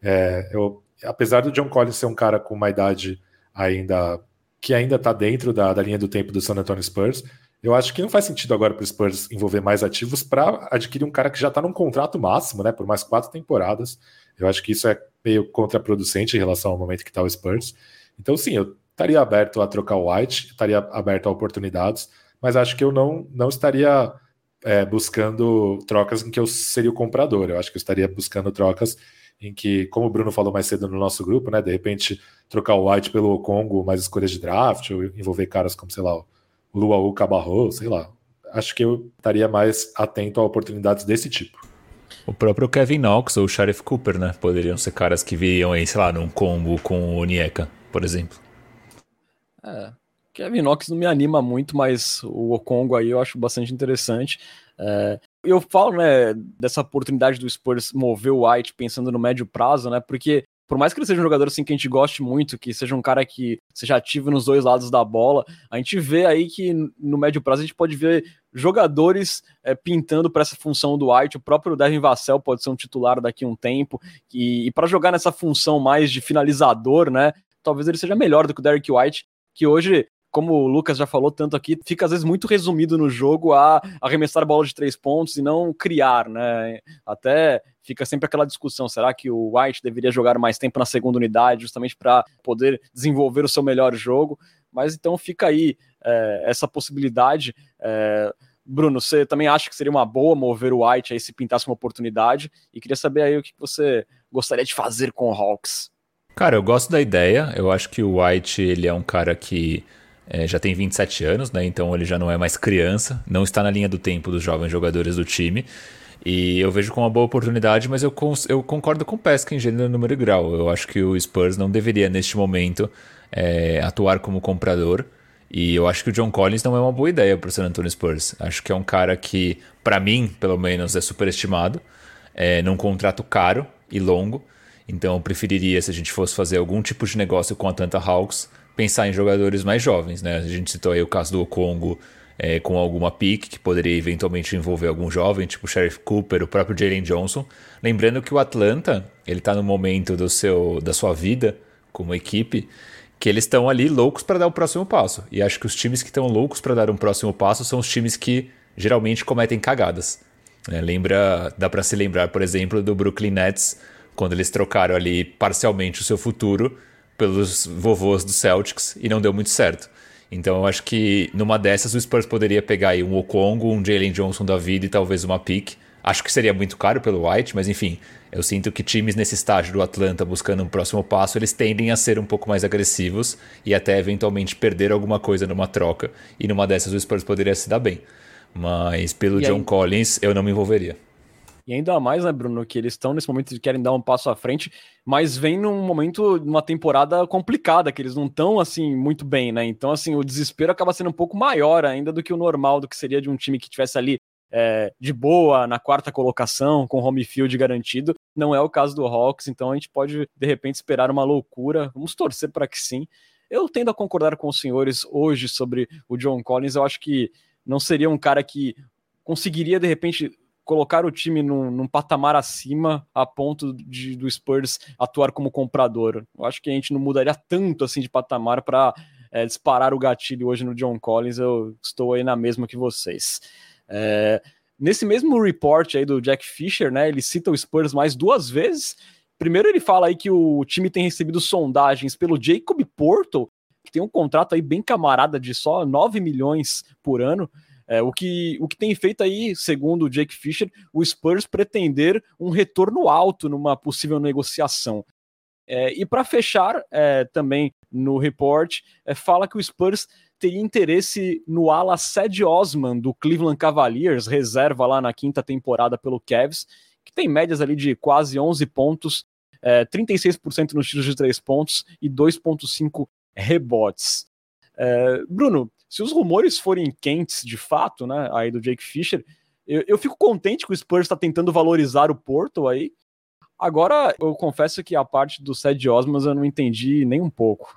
Apesar do John Collins ser um cara com uma idade que ainda está dentro da linha do tempo do San Antonio Spurs, eu acho que não faz sentido agora para o Spurs envolver mais ativos para adquirir um cara que já está num contrato máximo, né, por mais 4 temporadas. Eu acho que isso é meio contraproducente em relação ao momento que está o Spurs. Então, sim, eu estaria aberto a trocar o White, estaria aberto a oportunidades, mas acho que eu não estaria buscando trocas em que eu seria o comprador. Eu acho que eu estaria buscando trocas em que, como o Bruno falou mais cedo no nosso grupo, né, de repente trocar o White pelo Congo, mais escolhas de draft, ou envolver caras como, sei lá, o Luau Cabarro, sei lá. Acho que eu estaria mais atento a oportunidades desse tipo. O próprio Kevin Knox ou o Sheriff Cooper, né, poderiam ser caras que viriam aí, sei lá, num combo com o Onyeka, por exemplo. Kevin Knox não me anima muito, mas o Okongo aí eu acho bastante interessante. Eu falo, né, dessa oportunidade do Spurs mover o White pensando no médio prazo, né, porque por mais que ele seja um jogador assim que a gente goste muito, que seja um cara que seja ativo nos dois lados da bola, a gente vê aí que no médio prazo a gente pode ver jogadores pintando para essa função do White. O próprio Devin Vassell pode ser um titular daqui a um tempo, e para jogar nessa função mais de finalizador, né, talvez ele seja melhor do que o Derrick White, que hoje, como o Lucas já falou tanto aqui, fica às vezes muito resumido no jogo a arremessar bola de 3 pontos e não criar, né? Até fica sempre aquela discussão, será que o White deveria jogar mais tempo na segunda unidade, justamente para poder desenvolver o seu melhor jogo? Mas então fica aí essa possibilidade. Bruno, você também acha que seria uma boa mover o White aí se pintasse uma oportunidade? E queria saber aí o que você gostaria de fazer com o Hawks. Cara, eu gosto da ideia. Eu acho que o White, ele é um cara que já tem 27 anos, né? Então ele já não é mais criança, não está na linha do tempo dos jovens jogadores do time. E eu vejo como uma boa oportunidade, mas eu concordo com o Pesca em gênero, número e grau. Eu acho que o Spurs não deveria, neste momento, atuar como comprador. E eu acho que o John Collins não é uma boa ideia para o San Antonio Spurs. Acho que é um cara que, para mim, pelo menos, é superestimado, num contrato caro e longo. Então eu preferiria, se a gente fosse fazer algum tipo de negócio com a Atlanta Hawks, pensar em jogadores mais jovens, né? A gente citou aí o caso do Okongo com alguma pick, que poderia eventualmente envolver algum jovem, tipo o Sheriff Cooper, o próprio Jalen Johnson. Lembrando que o Atlanta, ele está no momento da sua vida como equipe, que eles estão ali loucos para dar o próximo passo. E acho que os times que estão loucos para dar um próximo passo são os times que geralmente cometem cagadas. Dá para se lembrar, por exemplo, do Brooklyn Nets, quando eles trocaram ali parcialmente o seu futuro pelos vovôs do Celtics e não deu muito certo. Então eu acho que numa dessas o Spurs poderia pegar aí um Okongo, um Jalen Johnson da vida e talvez uma pick. Acho que seria muito caro pelo White, mas enfim, eu sinto que times nesse estágio do Atlanta buscando um próximo passo, eles tendem a ser um pouco mais agressivos e até eventualmente perder alguma coisa numa troca, e numa dessas o Spurs poderia se dar bem. Mas pelo John Collins eu não me envolveria. E ainda mais, né, Bruno, que eles estão nesse momento de querem dar um passo à frente, mas vem num momento, numa temporada complicada, que eles não estão, assim, muito bem, né? Então, assim, o desespero acaba sendo um pouco maior ainda do que o normal, do que seria de um time que tivesse ali de boa, na quarta colocação, com home field garantido. Não é o caso do Hawks, então a gente pode, de repente, esperar uma loucura. Vamos torcer para que sim. Eu tendo a concordar com os senhores hoje sobre o John Collins. Eu acho que não seria um cara que conseguiria, de repente, colocar o time num patamar acima a ponto do Spurs atuar como comprador. Eu acho que a gente não mudaria tanto assim de patamar para disparar o gatilho hoje no John Collins. Eu estou aí na mesma que vocês. Nesse mesmo report aí do Jack Fisher, né, ele cita o Spurs mais 2 vezes. Primeiro ele fala aí que o time tem recebido sondagens pelo Jacob Porto, que tem um contrato aí bem camarada de só 9 milhões por ano. O que tem feito aí, segundo o Jake Fisher, o Spurs pretender um retorno alto numa possível negociação. E para fechar, também no report, fala que o Spurs teria interesse no ala Cedi Osman, do Cleveland Cavaliers, reserva lá na 5ª temporada pelo Cavs, que tem médias ali de quase 11 pontos, 36% nos tiros de 3 pontos e 2,5 rebotes. Bruno, se os rumores forem quentes de fato, né, aí do Jake Fisher, eu fico contente que o Spurs está tentando valorizar o Porto aí. Agora, eu confesso que a parte do Cedi Osman eu não entendi nem um pouco.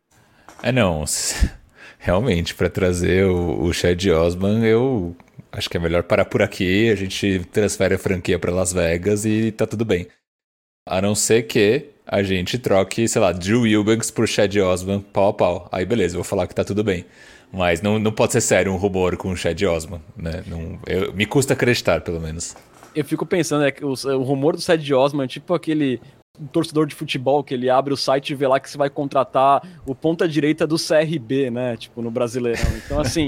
Não, realmente, para trazer o Cedi Osman, eu acho que é melhor parar por aqui, a gente transfere a franquia para Las Vegas e tá tudo bem. A não ser que a gente troque, sei lá, Drew Eubanks por Cedi Osman pau a pau. Aí beleza, eu vou falar que tá tudo bem. Mas não pode ser sério um rumor com o Cedi Osman, né? Me custa acreditar, pelo menos. Eu fico pensando, que o rumor do Cedi Osman é tipo aquele torcedor de futebol que ele abre o site e vê lá que você vai contratar o ponta-direita do CRB, né? Tipo, no Brasileirão. Então, assim,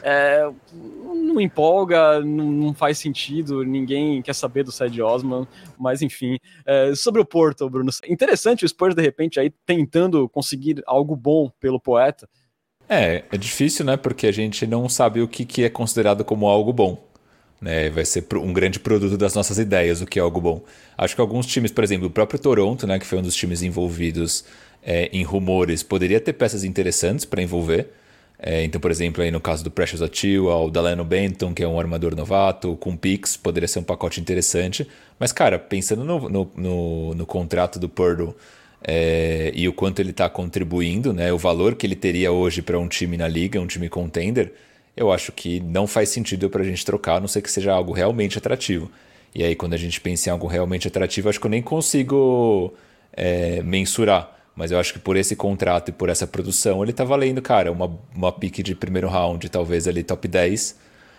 não empolga, não faz sentido, ninguém quer saber do Cedi Osman, mas enfim. Sobre o Porto, Bruno, interessante o Spurs, de repente, aí tentando conseguir algo bom pelo poeta. É difícil, né? Porque a gente não sabe o que é considerado como algo bom. Né? Vai ser um grande produto das nossas ideias, o que é algo bom. Acho que alguns times, por exemplo, o próprio Toronto, né, que foi um dos times envolvidos em rumores, poderia ter peças interessantes para envolver. Então, por exemplo, aí no caso do Precious Achiuwa, o Dalano Benton, que é um armador novato, com picks, poderia ser um pacote interessante. Mas, cara, pensando no contrato do Poeltl, e o quanto ele está contribuindo, né, o valor que ele teria hoje para um time na liga, um time contender, eu acho que não faz sentido para a gente trocar, a não ser que seja algo realmente atrativo. E aí, quando a gente pensa em algo realmente atrativo, acho que eu nem consigo mensurar. Mas eu acho que por esse contrato e por essa produção, ele tá valendo, cara, uma pick de primeiro round, talvez ali top 10,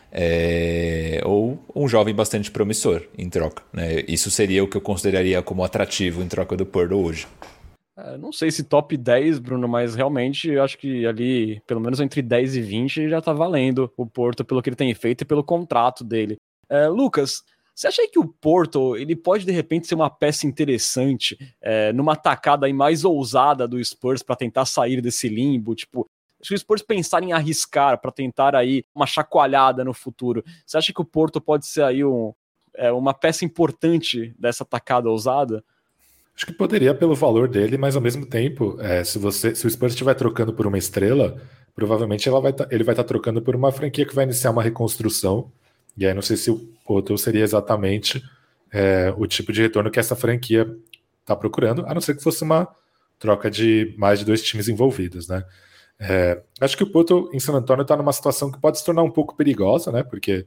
ou um jovem bastante promissor em troca, né? Isso seria o que eu consideraria como atrativo em troca do Poeltl hoje. Não sei se top 10, Bruno, mas realmente eu acho que ali, pelo menos entre 10 e 20, já tá valendo o Poeltl pelo que ele tem feito e pelo contrato dele. Lucas, você acha que o Poeltl, ele pode de repente ser uma peça interessante numa atacada aí mais ousada do Spurs para tentar sair desse limbo? Tipo, se o Spurs pensar em arriscar para tentar aí uma chacoalhada no futuro, você acha que o Poeltl pode ser aí uma peça importante dessa atacada ousada? Acho que poderia pelo valor dele, mas ao mesmo tempo, se o Spurs estiver trocando por uma estrela, provavelmente ele vai estar trocando por uma franquia que vai iniciar uma reconstrução. E aí não sei se o Poeltl seria exatamente o tipo de retorno que essa franquia está procurando, a não ser que fosse uma troca de mais de 2 times envolvidos, né? Acho que o Poeltl em San Antonio está numa situação que pode se tornar um pouco perigosa, né? Porque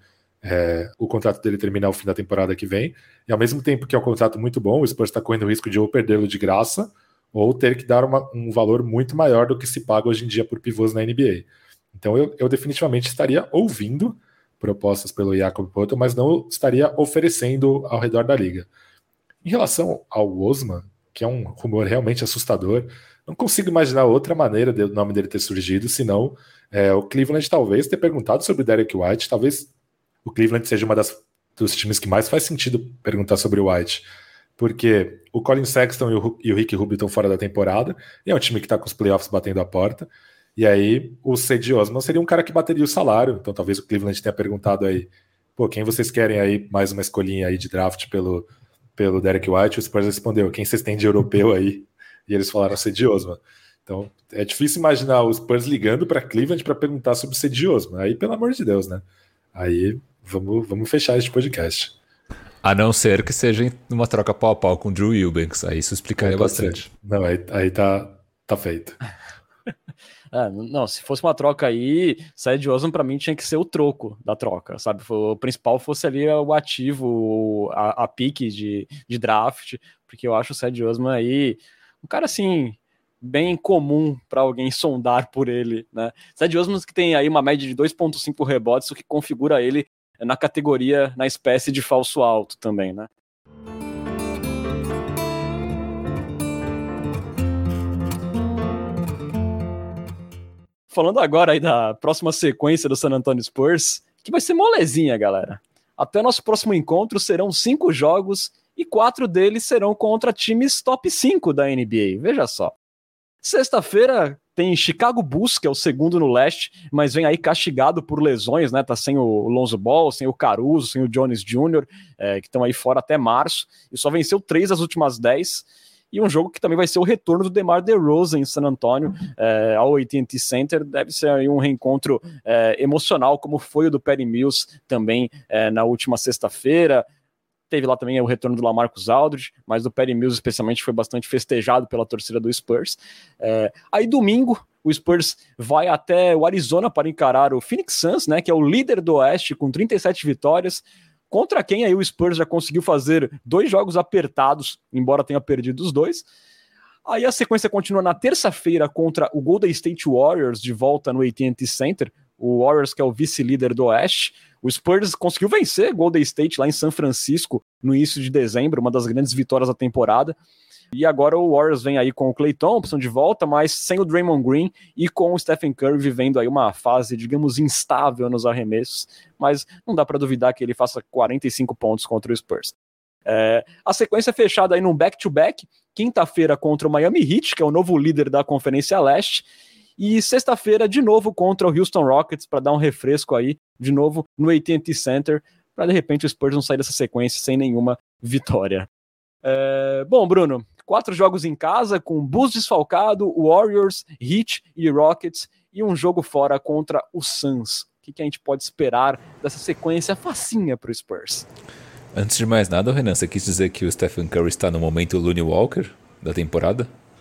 o contrato dele termina ao fim da temporada que vem, e ao mesmo tempo que é um contrato muito bom, o Spurs está correndo o risco de ou perdê-lo de graça, ou ter que dar um valor muito maior do que se paga hoje em dia por pivôs na NBA. Então eu definitivamente estaria ouvindo propostas pelo Jakob Poeltl, mas não estaria oferecendo ao redor da liga. Em relação ao Osman, que é um rumor realmente assustador, não consigo imaginar outra maneira do nome dele ter surgido, senão o Cleveland talvez ter perguntado sobre o Derek White, talvez o Cleveland seja dos times que mais faz sentido perguntar sobre o White, porque o Colin Sexton e o Ricky Rubio estão fora da temporada, e é um time que está com os playoffs batendo a porta. E aí o Cedi Osman seria um cara que bateria o salário, então talvez o Cleveland tenha perguntado aí, quem vocês querem aí, mais uma escolhinha aí de draft pelo Derek White? O Spurs respondeu, quem vocês têm de europeu aí? E eles falaram Cedi Osman. Então é difícil imaginar os Spurs ligando para Cleveland para perguntar sobre o Cedi Osman, aí pelo amor de Deus, né? Aí vamos fechar este podcast. A não ser que seja uma troca pau a pau com o Drew Eubanks, aí isso explicaria bastante. Ser. Não, aí tá feito. Não, se fosse uma troca aí, Cedi Osman pra mim tinha que ser o troco da troca, sabe? O principal fosse ali o ativo, a pique de draft, porque eu acho o Cedi Osman aí um cara assim, bem comum para alguém sondar por ele, né? Cedi Osman que tem aí uma média de 2,5 rebotes, o que configura ele na categoria, na espécie de falso alto também, né? Falando agora aí da próxima sequência do San Antonio Spurs, que vai ser molezinha, galera. Até o nosso próximo encontro serão 5 jogos e 4 deles serão contra times top 5 da NBA. Veja só. Sexta-feira tem Chicago Bulls, que é o segundo no leste, mas vem aí castigado por lesões, né? Tá sem o Lonzo Ball, sem o Caruso, sem o Jones Jr., que estão aí fora até março, e só venceu 3 das últimas 10. E um jogo que também vai ser o retorno do DeMar DeRozan em San Antonio, ao AT&T Center. Deve ser aí um reencontro emocional, como foi o do Patty Mills também na última sexta-feira. Teve lá também o retorno do LaMarcus Aldridge, mas o Patty Mills especialmente foi bastante festejado pela torcida do Spurs. Aí domingo, o Spurs vai até o Arizona para encarar o Phoenix Suns, né, que é o líder do Oeste com 37 vitórias, contra quem aí o Spurs já conseguiu fazer 2 jogos apertados, embora tenha perdido os 2. Aí a sequência continua na terça-feira contra o Golden State Warriors, de volta no AT&T Center. O Warriors, que é o vice-líder do Oeste. O Spurs conseguiu vencer Golden State lá em São Francisco no início de dezembro, uma das grandes vitórias da temporada. E agora o Warriors vem aí com o Klay Thompson de volta, mas sem o Draymond Green e com o Stephen Curry vivendo aí uma fase, digamos, instável nos arremessos, mas não dá para duvidar que ele faça 45 pontos contra o Spurs. A sequência é fechada aí num back-to-back, quinta-feira contra o Miami Heat, que é o novo líder da Conferência Leste, e sexta-feira de novo contra o Houston Rockets, para dar um refresco aí, de novo no AT&T Center, para de repente o Spurs não sair dessa sequência sem nenhuma vitória. Bom, Bruno, 4 jogos em casa, com Bulls desfalcado, Warriors, Heat e Rockets, e um jogo fora contra o Suns. O que a gente pode esperar dessa sequência facinha para o Spurs? Antes de mais nada, Renan, você quis dizer que o Stephen Curry está no momento Looney Walker da temporada?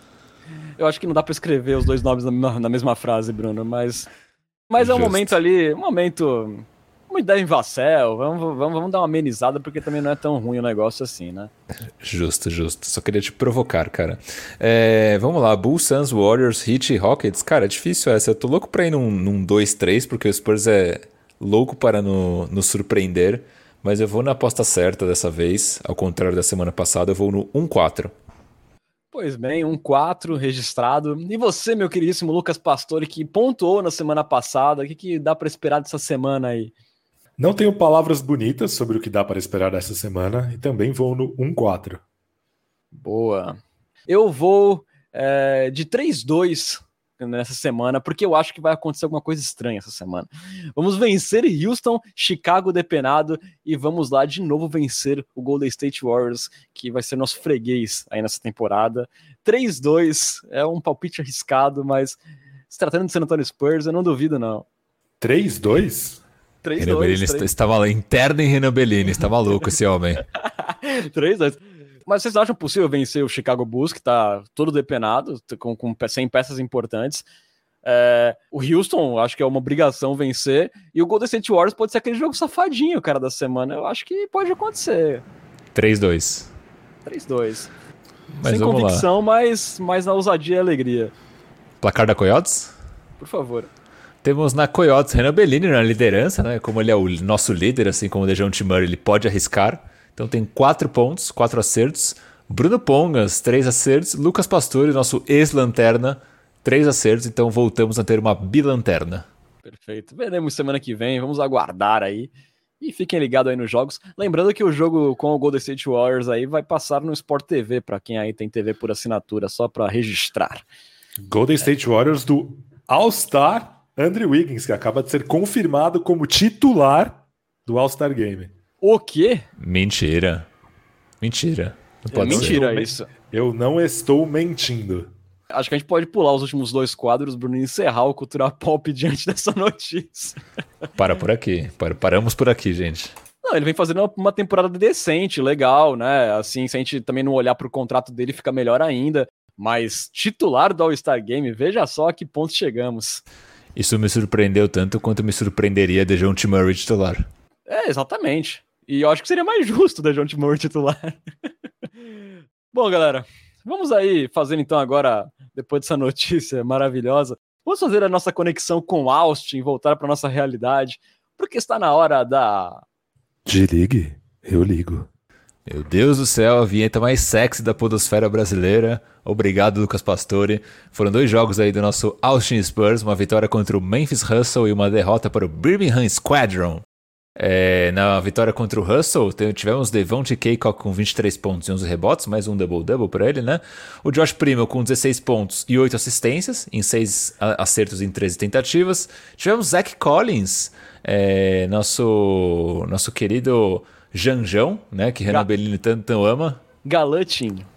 Eu acho que não dá pra escrever os dois nomes na mesma frase, Bruno, mas é um Justo. momento ali, muito Devin Vassell, vamos dar uma amenizada, porque também não é tão ruim o negócio assim, né? Justo. Só queria te provocar, cara. Vamos lá, Bulls, Suns, Warriors, Heat e Rockets. Cara, é difícil essa. Eu tô louco pra ir num 2-3, porque o Spurs é louco para nos surpreender. Mas eu vou na aposta certa dessa vez. Ao contrário da semana passada, eu vou no 1-4. Pois bem, 1-4 registrado. E você, meu queridíssimo Lucas Pastore, que pontuou na semana passada, o que dá pra esperar dessa semana aí? Não tenho palavras bonitas sobre o que dá para esperar dessa semana e também vou no 1-4. Boa. Eu vou de 3-2 nessa semana, porque eu acho que vai acontecer alguma coisa estranha essa semana. Vamos vencer Houston, Chicago depenado, e vamos lá de novo vencer o Golden State Warriors, que vai ser nosso freguês aí nessa temporada. 3-2 é um palpite arriscado, mas se tratando de San Antonio Spurs, eu não duvido não. 3-2? 3-2. Estava lá interno em Renan Bellini, está maluco esse homem. 3-2. Mas vocês acham possível vencer o Chicago Bulls, que tá todo depenado, com 100 peças importantes? O Houston, acho que é uma obrigação vencer. E o Golden State Warriors pode ser aquele jogo safadinho, cara, da semana. Eu acho que pode acontecer. 3-2. 3-2. Mas sem convicção, mas na ousadia e alegria. Placar da Coyotes? Por favor. Temos na Coyotes Renan Bellini na liderança, né? Como ele é o nosso líder, assim como o DeJounte Murray, ele pode arriscar. Então tem 4 pontos, 4 acertos. Bruno Pongas, 3 acertos. Lucas Pastore, nosso ex-lanterna, 3 acertos. Então voltamos a ter uma bilanterna. Perfeito. Veremos semana que vem, vamos aguardar aí. E fiquem ligados aí nos jogos. Lembrando que o jogo com o Golden State Warriors aí vai passar no Sport TV, para quem aí tem TV por assinatura, só para registrar. Golden State Warriors do All-Star Andrew Wiggins, que acaba de ser confirmado como titular do All-Star Game. O quê? Mentira. Não pode ser. Mentira isso. Eu não estou mentindo. Acho que a gente pode pular os últimos 2 quadros, Bruno, e encerrar o Cultura Pop diante dessa notícia. Para por aqui. Paramos por aqui, gente. Não, ele vem fazendo uma temporada decente, legal, né? Assim, se a gente também não olhar pro contrato dele, fica melhor ainda. Mas titular do All-Star Game, veja só a que ponto chegamos. Isso me surpreendeu tanto quanto me surpreenderia DeJounte Murray titular. Exatamente. E eu acho que seria mais justo o DeJounte Murray titular. Bom, galera, vamos aí fazendo então agora, depois dessa notícia maravilhosa, vamos fazer a nossa conexão com Austin, voltar para nossa realidade, porque está na hora da... Desligue, eu ligo. Meu Deus do céu, a vinheta mais sexy da podosfera brasileira. Obrigado, Lucas Pastore. Foram 2 jogos aí do nosso Austin Spurs, uma vitória contra o Memphis Hustle e uma derrota para o Birmingham Squadron. Na vitória contra o Hustle, tivemos Devontae Cacok com 23 pontos e 11 rebotes, mais um double-double para ele, né? O Josh Primo com 16 pontos e 8 assistências, em 6 acertos em 13 tentativas. Tivemos Zach Collins, nosso querido Janjão, né? Que Renan Bellini tanto ama. Galantinho.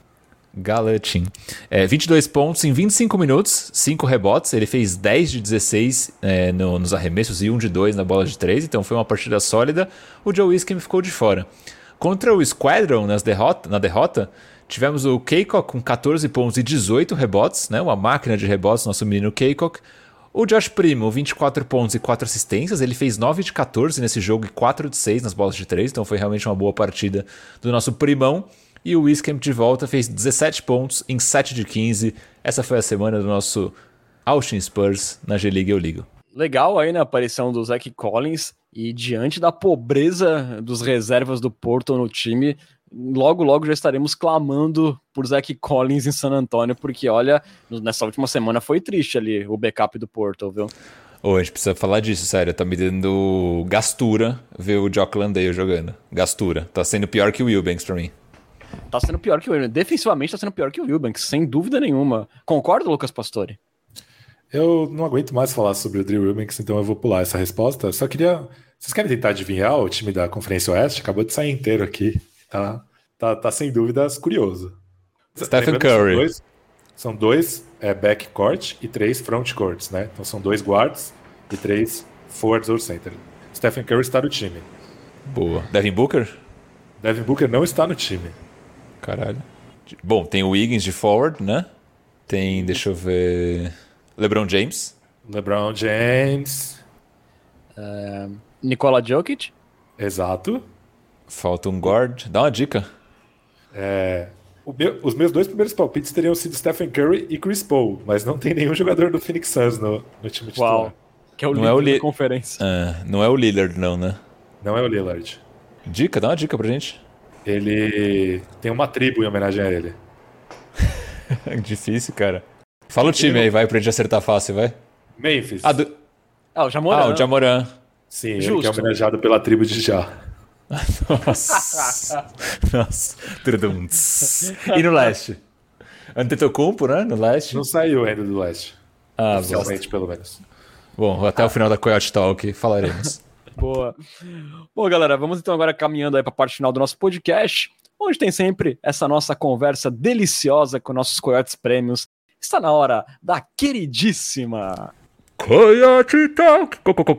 22 pontos em 25 minutos, 5 rebotes. Ele fez 10 de 16 nos arremessos e 1 de 2 na bola de 3. Então foi uma partida sólida. O Joe Wieskamp ficou de fora. Contra o Squadron, na derrota, tivemos o Cacok com 14 pontos e 18 rebotes, né? Uma máquina de rebotes, nosso menino Cacok. O Josh Primo, 24 pontos e 4 assistências. Ele fez 9 de 14 nesse jogo e 4 de 6 nas bolas de 3. Então foi realmente uma boa partida do nosso primão. E o Wieskamp de volta fez 17 pontos em 7 de 15. Essa foi a semana do nosso Austin Spurs na G-League Eu Ligo. Legal aí, né, a aparição do Zach Collins. E diante da pobreza dos reservas do Porto no time, logo já estaremos clamando por Zach Collins em San Antonio, porque olha, nessa última semana foi triste ali o backup do Porto, viu? A gente precisa falar disso, sério. Tá me dando gastura ver o Jock Landale jogando. Gastura. Tá sendo pior que o Wilbanks pra mim. Tá sendo pior que o Wilbanks. Defensivamente tá sendo pior que o Wilbanks, sem dúvida nenhuma. Concorda, Lucas Pastore? Eu não aguento mais falar sobre o Drew Wilbanks, então eu vou pular essa resposta. Só queria... Vocês querem tentar adivinhar o time da Conferência Oeste? Acabou de sair inteiro aqui. Tá sem dúvidas curioso. Stephen Curry. São dois backcourt e 3 frontcourts, né? Então são 2 guards e 3 forwards ou center. Stephen Curry está no time. Boa. Devin Booker? Devin Booker não está no time. Caralho. Bom, tem o Wiggins de forward, né? Tem, deixa eu ver... LeBron James. LeBron James. Nikola Jokic. Exato. Falta um guard. Dá uma dica. Os meus 2 primeiros palpites teriam sido Stephen Curry e Chris Paul, mas não tem nenhum jogador do Phoenix Suns no time titular. Uau. Que é o Não líder é o da conferência. Não é o Lillard, não, né? Não é o Lillard. Dica? Dá uma dica pra gente. Ele tem uma tribo em homenagem a ele. Difícil, cara. Fala o time aí, vai, pra gente acertar fácil, vai. Memphis. O Jamoran. O Jamoran. Sim, ele Justo. que é homenageado pela tribo de Já. Nossa. Tudum. E no leste? Antetokounmpo, né? No leste? Não saiu ainda do leste. Oficialmente, pelo menos. Bom, até o final da Coyote Talk falaremos. Boa. Bom, galera, vamos então agora caminhando aí para a parte final do nosso podcast, onde tem sempre essa nossa conversa deliciosa com nossos Coyotes Prêmios. Está na hora da queridíssima Coyote Talk.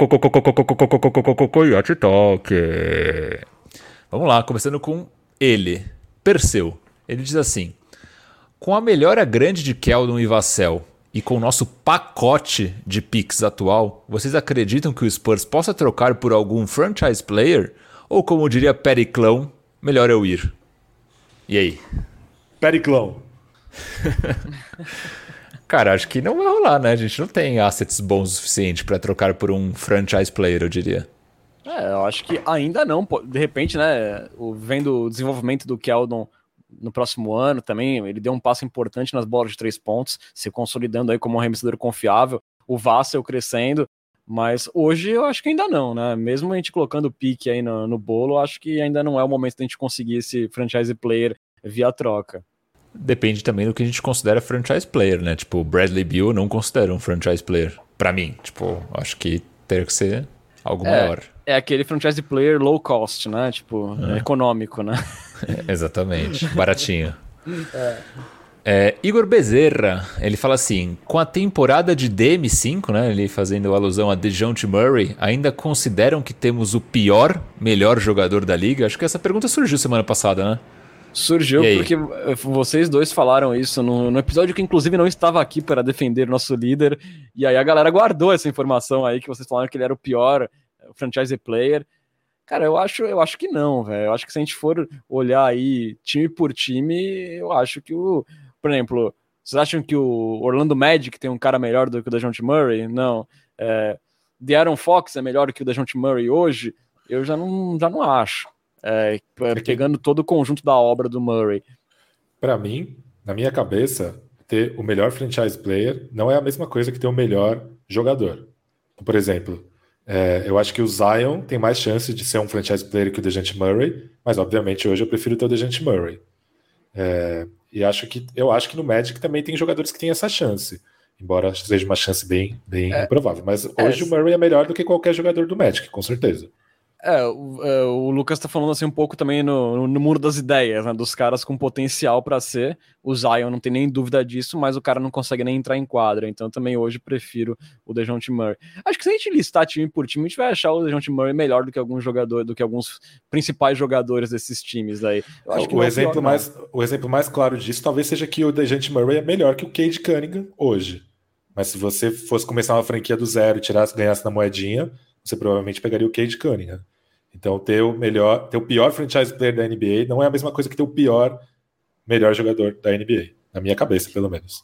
Coyote Talk. Vamos lá, começando com ele, Perseu. Ele diz assim: com a melhora grande de Keldon e Vassell e com o nosso pacote de picks atual, vocês acreditam que o Spurs possa trocar por algum franchise player? Ou como diria Periclão, melhor eu ir? E aí? Periclão. Cara, acho que não vai rolar, né? A gente não tem assets bons o suficiente para trocar por um franchise player, eu diria. Eu acho que ainda não. De repente, né, vendo o desenvolvimento do Keldon no próximo ano também, ele deu um passo importante nas bolas de 3 pontos, se consolidando aí como um arremessador confiável, o Vassell crescendo, mas hoje eu acho que ainda não, né? Mesmo a gente colocando o pique aí no bolo, acho que ainda não é o momento de a gente conseguir esse franchise player via troca. Depende também do que a gente considera franchise player, né? Tipo, o Bradley Beal eu não considero um franchise player. Pra mim, tipo, acho que teria que ser algo maior. É aquele franchise player low cost, né? Tipo, econômico, né? Exatamente, baratinho. Igor Bezerra, ele fala assim: com a temporada de DM5, né, ele fazendo alusão a DeJounte Murray, ainda consideram que temos o melhor jogador da liga? Acho que essa pergunta surgiu semana passada, né? Surgiu porque vocês dois falaram isso no episódio que inclusive não estava aqui para defender o nosso líder, e aí a galera guardou essa informação aí que vocês falaram que ele era o pior franchise player. Cara, eu acho que não, velho. Eu acho que se a gente for olhar aí time por time, eu acho que por exemplo, vocês acham que o Orlando Magic tem um cara melhor do que o DeJounte Murray? Não. De'Aaron Fox é melhor que o DeJounte Murray hoje? Eu já não acho. Pegando todo o conjunto da obra do Murray. Para mim, na minha cabeça, ter o melhor franchise player não é a mesma coisa que ter o melhor jogador. Por exemplo, eu acho que o Zion tem mais chance de ser um franchise player que o DeJounte Murray, mas obviamente hoje eu prefiro ter o DeJounte Murray. E eu acho que no Magic também tem jogadores que têm essa chance, embora seja uma chance bem improvável. Mas hoje o Murray é melhor do que qualquer jogador do Magic, com certeza. O Lucas tá falando assim um pouco também no muro das ideias, né, dos caras com potencial para ser. O Zion não tem nem dúvida disso, mas o cara não consegue nem entrar em quadra, então também hoje prefiro o DeJounte Murray. Acho que se a gente listar time por time, a gente vai achar o DeJounte Murray melhor do que alguns principais jogadores desses times aí. Eu acho que o exemplo mais claro disso talvez seja que o DeJounte Murray é melhor que o Cade Cunningham hoje. Mas se você fosse começar uma franquia do zero e ganhasse na moedinha, você provavelmente pegaria o Cade Cunningham. Então, ter o pior franchise player da NBA não é a mesma coisa que ter o melhor jogador da NBA, na minha cabeça, pelo menos.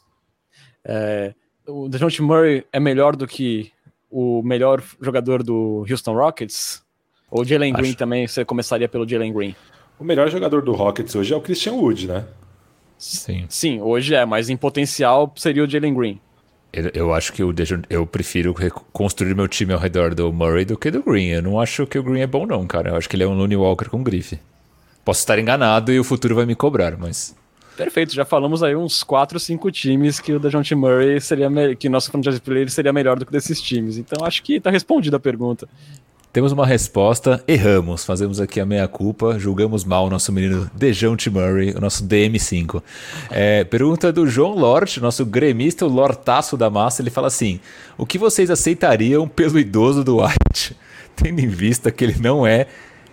O DeJounte Murray é melhor do que o melhor jogador do Houston Rockets? Ou o Jalen Green também, você começaria pelo Jalen Green? O melhor jogador do Rockets hoje é o Christian Wood, né? Sim, hoje mas em potencial seria o Jalen Green. Eu acho que eu prefiro construir meu time ao redor do Murray do que do Green. Eu não acho que o Green é bom não, cara. Eu acho que ele é um Looney Walker com grife. Posso estar enganado e o futuro vai me cobrar, mas... Perfeito, já falamos aí uns 4, 5 times que o DeJounte Murray que o nosso franchise player seria melhor do que desses times. Então acho que tá respondida a pergunta. Temos uma resposta, erramos, fazemos aqui a meia-culpa, julgamos mal o nosso menino DeJounte Murray, o nosso DM5. Pergunta do João Lort, nosso gremista, o lortaço da massa, ele fala assim: o que vocês aceitariam pelo idoso do White, tendo em vista que ele não é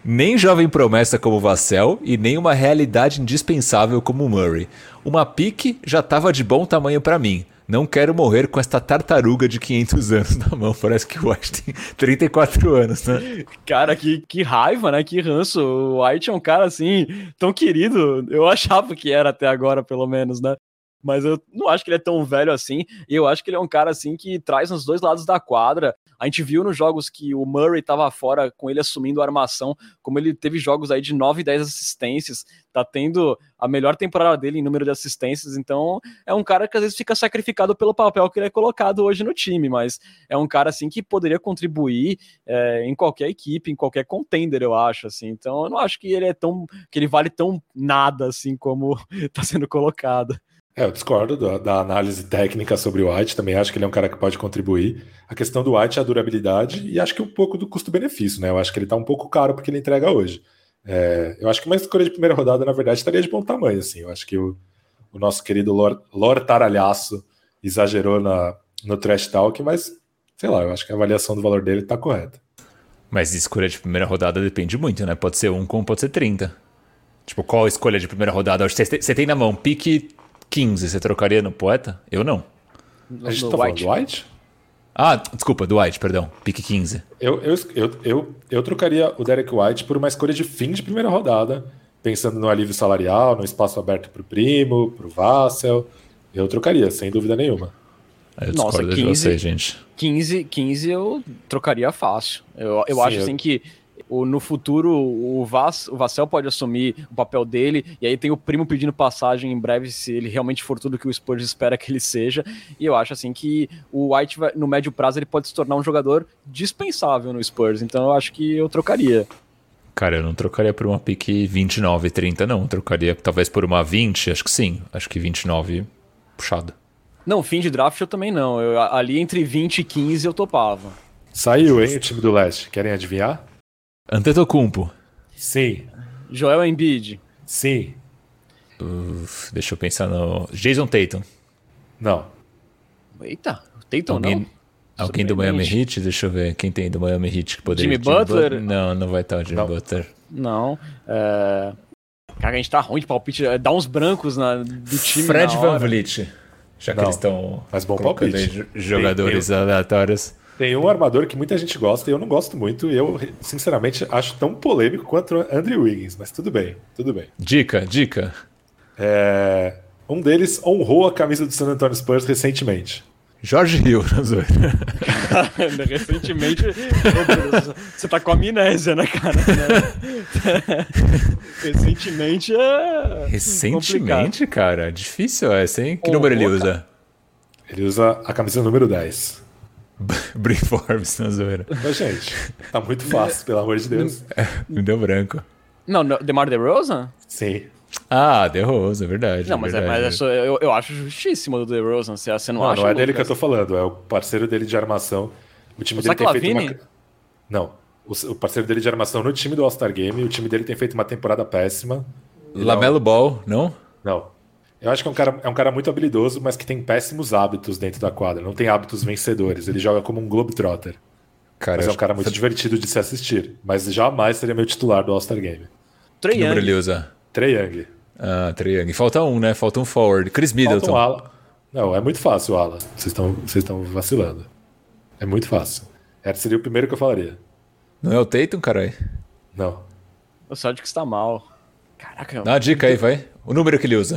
Nem jovem promessa como o Vassell e nem uma realidade indispensável como o Murray. Uma pique já tava de bom tamanho pra mim. Não quero morrer com esta tartaruga de 500 anos na mão. Parece que o White tem 34 anos, né? Cara, que raiva, né? Que ranço. O White é um cara, assim, tão querido. Eu achava que era até agora, pelo menos, né? Mas eu não acho que ele é tão velho assim. E eu acho que ele é um cara, assim, que traz nos dois lados da quadra. A gente viu nos jogos que o Murray tava fora, com ele assumindo a armação, como ele teve jogos aí de 9 e 10 assistências. Tá tendo a melhor temporada dele em número de assistências. Então, é um cara que às vezes fica sacrificado pelo papel que ele é colocado hoje no time. Mas é um cara, assim, que poderia contribuir em qualquer equipe, em qualquer contender, eu acho, assim. Então, eu não acho que ele que ele vale tão nada, assim, como tá sendo colocado. Eu discordo da análise técnica sobre o White, também acho que ele é um cara que pode contribuir. A questão do White é a durabilidade e acho que um pouco do custo-benefício, né? Eu acho que ele tá um pouco caro porque ele entrega hoje. Eu acho que uma escolha de primeira rodada, na verdade, estaria de bom tamanho, assim. Eu acho que o nosso querido Lord Taralhaço exagerou no trash talk, mas, sei lá, eu acho que a avaliação do valor dele tá correta. Mas escolha de primeira rodada depende muito, né? Pode ser 1 como pode ser 30. Tipo, qual a escolha de primeira rodada? Você tem na mão pique 15, você trocaria no Poeta? Eu não. A gente tá falando do White? Ah, desculpa, do White, perdão. Pique 15. Eu trocaria o Derek White por uma escolha de fim de primeira rodada, pensando no alívio salarial, no espaço aberto pro Primo, pro Vassell. Eu trocaria, sem dúvida nenhuma. Eu discordo de você, gente. 15 eu trocaria fácil. Eu acho assim que no futuro o Vassell pode assumir o papel dele, e aí tem o Primo pedindo passagem em breve, se ele realmente for tudo que o Spurs espera que ele seja, e eu acho assim que o White no médio prazo ele pode se tornar um jogador dispensável no Spurs, então eu acho que eu trocaria. Cara, eu não trocaria por uma pique 29, 30 não, eu trocaria talvez por uma 20, acho que sim, acho que 29 puxado. Não, fim de draft eu também não, ali entre 20 e 15 eu topava. Saiu, hein, o time do leste, querem adivinhar? Antetokounmpo. Sim. Joel Embiid. Sim. Deixa eu pensar no... Jason Tatum. Não. Eita, Tatum não? Alguém do Miami Heat? Deixa eu ver quem tem do Miami Heat que poderia... Jimmy Butler? Não vai estar o Jimmy Butler. Não. Cara, a gente tá ruim de palpite. Dá uns brancos do time. Fred VanVleet. Já que eles estão... Mas bom palpite. Jogadores aleatórios. Tem um armador que muita gente gosta e eu não gosto muito, e eu, sinceramente, acho tão polêmico quanto o Andrew Wiggins, mas tudo bem, tudo bem. Dica. Um deles honrou a camisa do San Antonio Spurs recentemente. Jorge Hill, na zoeira. Recentemente, você tá com amnésia, né, cara? Recentemente é. Recentemente, cara? Difícil essa, hein? Que número ele usa? Ele usa a camisa número 10. Brin Forbes, na zoeira. Mas, gente, tá muito fácil, pelo amor de Deus. Me deu branco. Não, DeMar DeRozan? Sim. Ah, DeRozan, é verdade. Não, mas eu acho justíssimo do DeRozan. Você não acha? Não é dele que eu tô falando, é o parceiro dele de armação. O time dele tem feito uma... Não, o parceiro dele de armação no time do All-Star Game, o time dele tem feito uma temporada péssima. LaMelo Ball, não? Não. Eu acho que é um cara muito habilidoso, mas que tem péssimos hábitos dentro da quadra. Não tem hábitos vencedores. Ele joga como um globetrotter. Mas é um cara muito divertido de se assistir. Mas jamais seria meu titular do All-Star Game. Que número ele usa? Trae Young. Ah, Trae Young. Falta um, né? Falta um forward. Chris Middleton. Falta um ala. Não, é muito fácil o ala. Vocês estão vacilando. É muito fácil. Esse seria o primeiro que eu falaria. Não é o Tatum, caralho? Não. O Celtics está mal. Caraca. Dá uma dica aí, vai. O número que ele usa.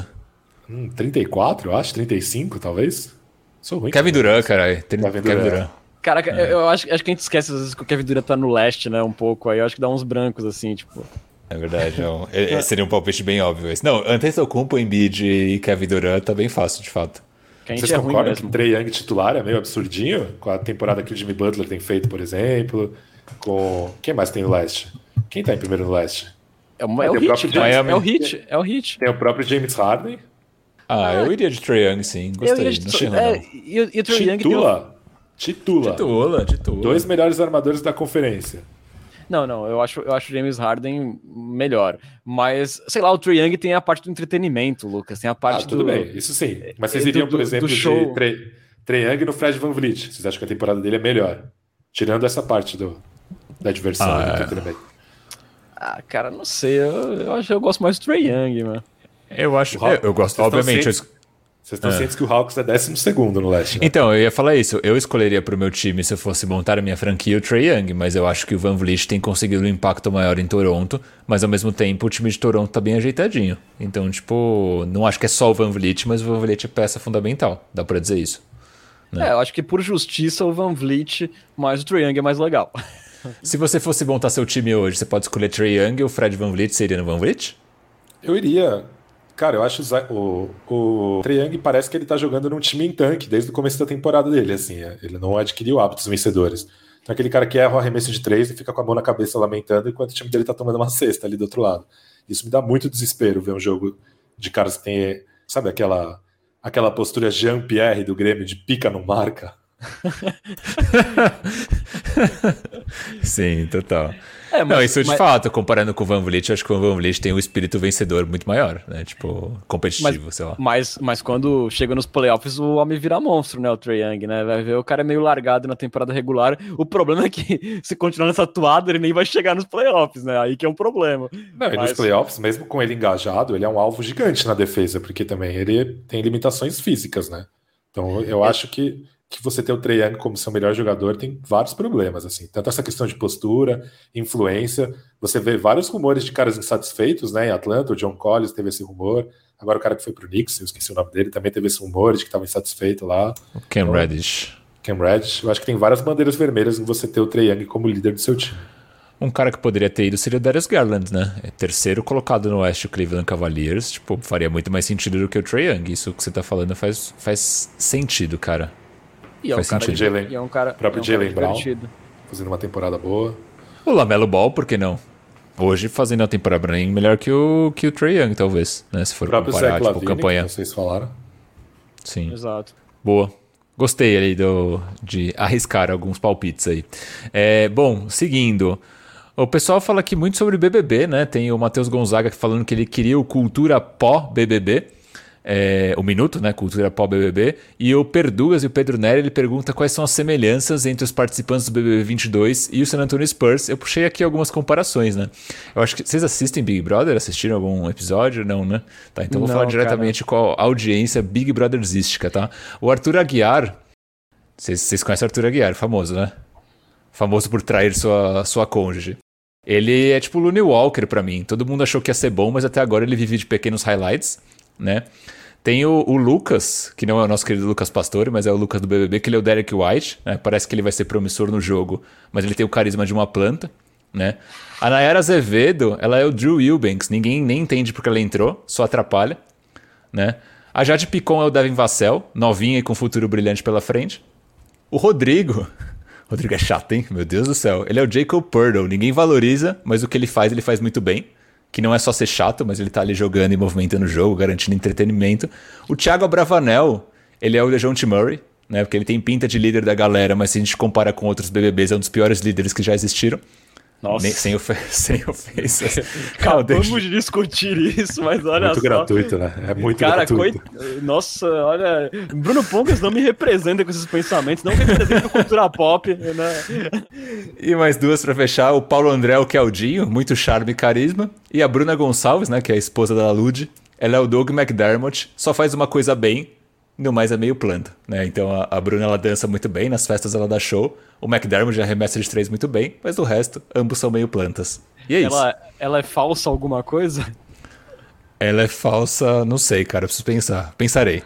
34, eu acho. 35, talvez. Sou ruim. Kevin Durant, caralho. Kevin Durant. Caraca, eu acho que a gente esquece às vezes que o Kevin Durant tá no leste, né? Um pouco. Aí eu acho que dá uns brancos, assim, tipo... É verdade, seria um palpite bem óbvio esse. Não, Antetokounmpo, Embiid e Kevin Durant tá bem fácil, de fato. Vocês concordam que o Trae Young titular é meio absurdinho? Com a temporada que o Jimmy Butler tem feito, por exemplo. Quem mais tem no leste? Quem tá em primeiro no leste? É o Heat. Tem o próprio James Harden. Eu iria de Trae Young, sim. Gostei. E o Trae Young... Titula. 2 melhores armadores da conferência. Não, eu acho o James Harden melhor. Mas, sei lá, o Trae Young tem a parte do entretenimento, Lucas. Tem a parte tudo bem, isso sim. Mas vocês iriam, por exemplo, de Trae Young no Fred VanVleet. Vocês acham que a temporada dele é melhor? Tirando essa parte da diversão e do entretenimento. Ah, cara, não sei. Eu acho que eu gosto mais do Trae Young, mano. Eu acho. Eu gosto, obviamente. Vocês estão cientes que o Hawks é 12º no leste, né? Então, eu ia falar isso. Eu escolheria pro meu time, se eu fosse montar a minha franquia, o Trae Young, mas eu acho que o Van Vliet tem conseguido um impacto maior em Toronto, mas ao mesmo tempo o time de Toronto tá bem ajeitadinho. Então, tipo, não acho que é só o Van Vliet, mas o Van Vliet é peça fundamental. Dá pra dizer isso. Né? Eu acho que por justiça o Van Vliet, mas o Trae Young é mais legal. Se você fosse montar seu time hoje, você pode escolher Trae Young e o Fred Van Vliet seria no Van Vliet? Eu iria. Cara, eu acho o Trae Young parece que ele tá jogando num time em tanque desde o começo da temporada dele, assim. Ele não adquiriu hábitos vencedores. Então aquele cara que erra o arremesso de 3 e fica com a mão na cabeça lamentando enquanto o time dele tá tomando uma cesta ali do outro lado. Isso me dá muito desespero ver um jogo de caras que tem, sabe, aquela postura Jean-Pierre do Grêmio de pica não marca. Sim, total. Não, isso de fato, comparando com o Van Vliet, eu acho que o Van Vliet tem um espírito vencedor muito maior, né? Tipo, competitivo, sei lá. Mas quando chega nos playoffs, o homem vira monstro, né? O Trae Young, né? Vai ver, o cara é meio largado na temporada regular. O problema é que, se continuar nessa atuada, ele nem vai chegar nos playoffs, né? Aí que é um problema. Não, e nos playoffs, mesmo com ele engajado, ele é um alvo gigante na defesa, porque também ele tem limitações físicas, né? Então, eu acho que você ter o Trae Young como seu melhor jogador tem vários problemas, assim. Tanto essa questão de postura, influência. Você vê vários rumores de caras insatisfeitos, né? Em Atlanta, o John Collins teve esse rumor. Agora o cara que foi pro Knicks, eu esqueci o nome dele, também teve esse rumor de que estava insatisfeito lá. O Cam Reddish. Cam Reddish. Eu acho que tem várias bandeiras vermelhas em você ter o Trae Young como líder do seu time. Um cara que poderia ter ido seria o Darius Garland, né? É terceiro colocado no Oeste, o Cleveland Cavaliers. Tipo, faria muito mais sentido do que o Trae Young. Isso que você tá falando faz sentido, cara. E é um cara próprio Jaylen Brown fazendo uma temporada boa. O LaMelo Ball, por que não? Hoje fazendo a temporada bem melhor que o Trae Young, talvez, né? Se for comparar, tipo, campanha. Que vocês falaram. Sim. Exato. Boa. Gostei ali de arriscar alguns palpites aí. Bom, seguindo. O pessoal fala aqui muito sobre BBB, né? Tem o Matheus Gonzaga falando que ele queria o Cultura Pó BBB. O Minuto, né? Cultura Pó BBB. E o Perdugas e o Pedro Neri, ele pergunta quais são as semelhanças entre os participantes do BBB 22 e o San Antonio Spurs. Eu puxei aqui algumas comparações, né? Eu acho que vocês assistem Big Brother? Assistiram algum episódio? Não, né? Tá, então vou falar diretamente com a audiência Big Brothersística, tá? O Arthur Aguiar, vocês conhecem o Arthur Aguiar, famoso, né? Famoso por trair sua cônjuge. Ele é tipo o Looney Walker pra mim. Todo mundo achou que ia ser bom, mas até agora ele vive de pequenos highlights, né? Tem o Lucas, que não é o nosso querido Lucas Pastore, mas é o Lucas do BBB, que ele é o Derek White, né? Parece que ele vai ser promissor no jogo, mas ele tem o carisma de uma planta, né? A Nayara Azevedo, ela é o Drew Eubanks, ninguém nem entende porque ela entrou, só atrapalha, né? A Jade Picon é o Devin Vassell, novinha e com futuro brilhante pela frente. O Rodrigo é chato, hein? Meu Deus do céu. Ele é o Jacob Poeltl, ninguém valoriza, mas o que ele faz muito bem. Que não é só ser chato, mas ele tá ali jogando e movimentando o jogo, garantindo entretenimento. O Thiago Abravanel, ele é o DeJounte Murray, né? Porque ele tem pinta de líder da galera, mas se a gente compara com outros BBBs, é um dos piores líderes que já existiram. Nossa. Sem ofensas. Acabamos de discutir isso, mas olha muito só. Muito gratuito, né? É muito gratuito. Nossa, olha. Bruno Pongas não me representa com esses pensamentos, não representa a cultura pop, né? E mais duas pra fechar: o Paulo André, o Keldinho, muito charme e carisma. E a Bruna Gonçalves, né? Que é a esposa da Lud. Ela é o Doug McDermott, só faz uma coisa bem. No mais é meio planta, né? Então a Bruna ela dança muito bem, nas festas ela dá show. O McDermott já arremessa de 3 muito bem, mas o resto, ambos são meio plantas. E é isso. Ela é falsa alguma coisa? Ela é falsa, não sei, cara, preciso pensar. Pensarei.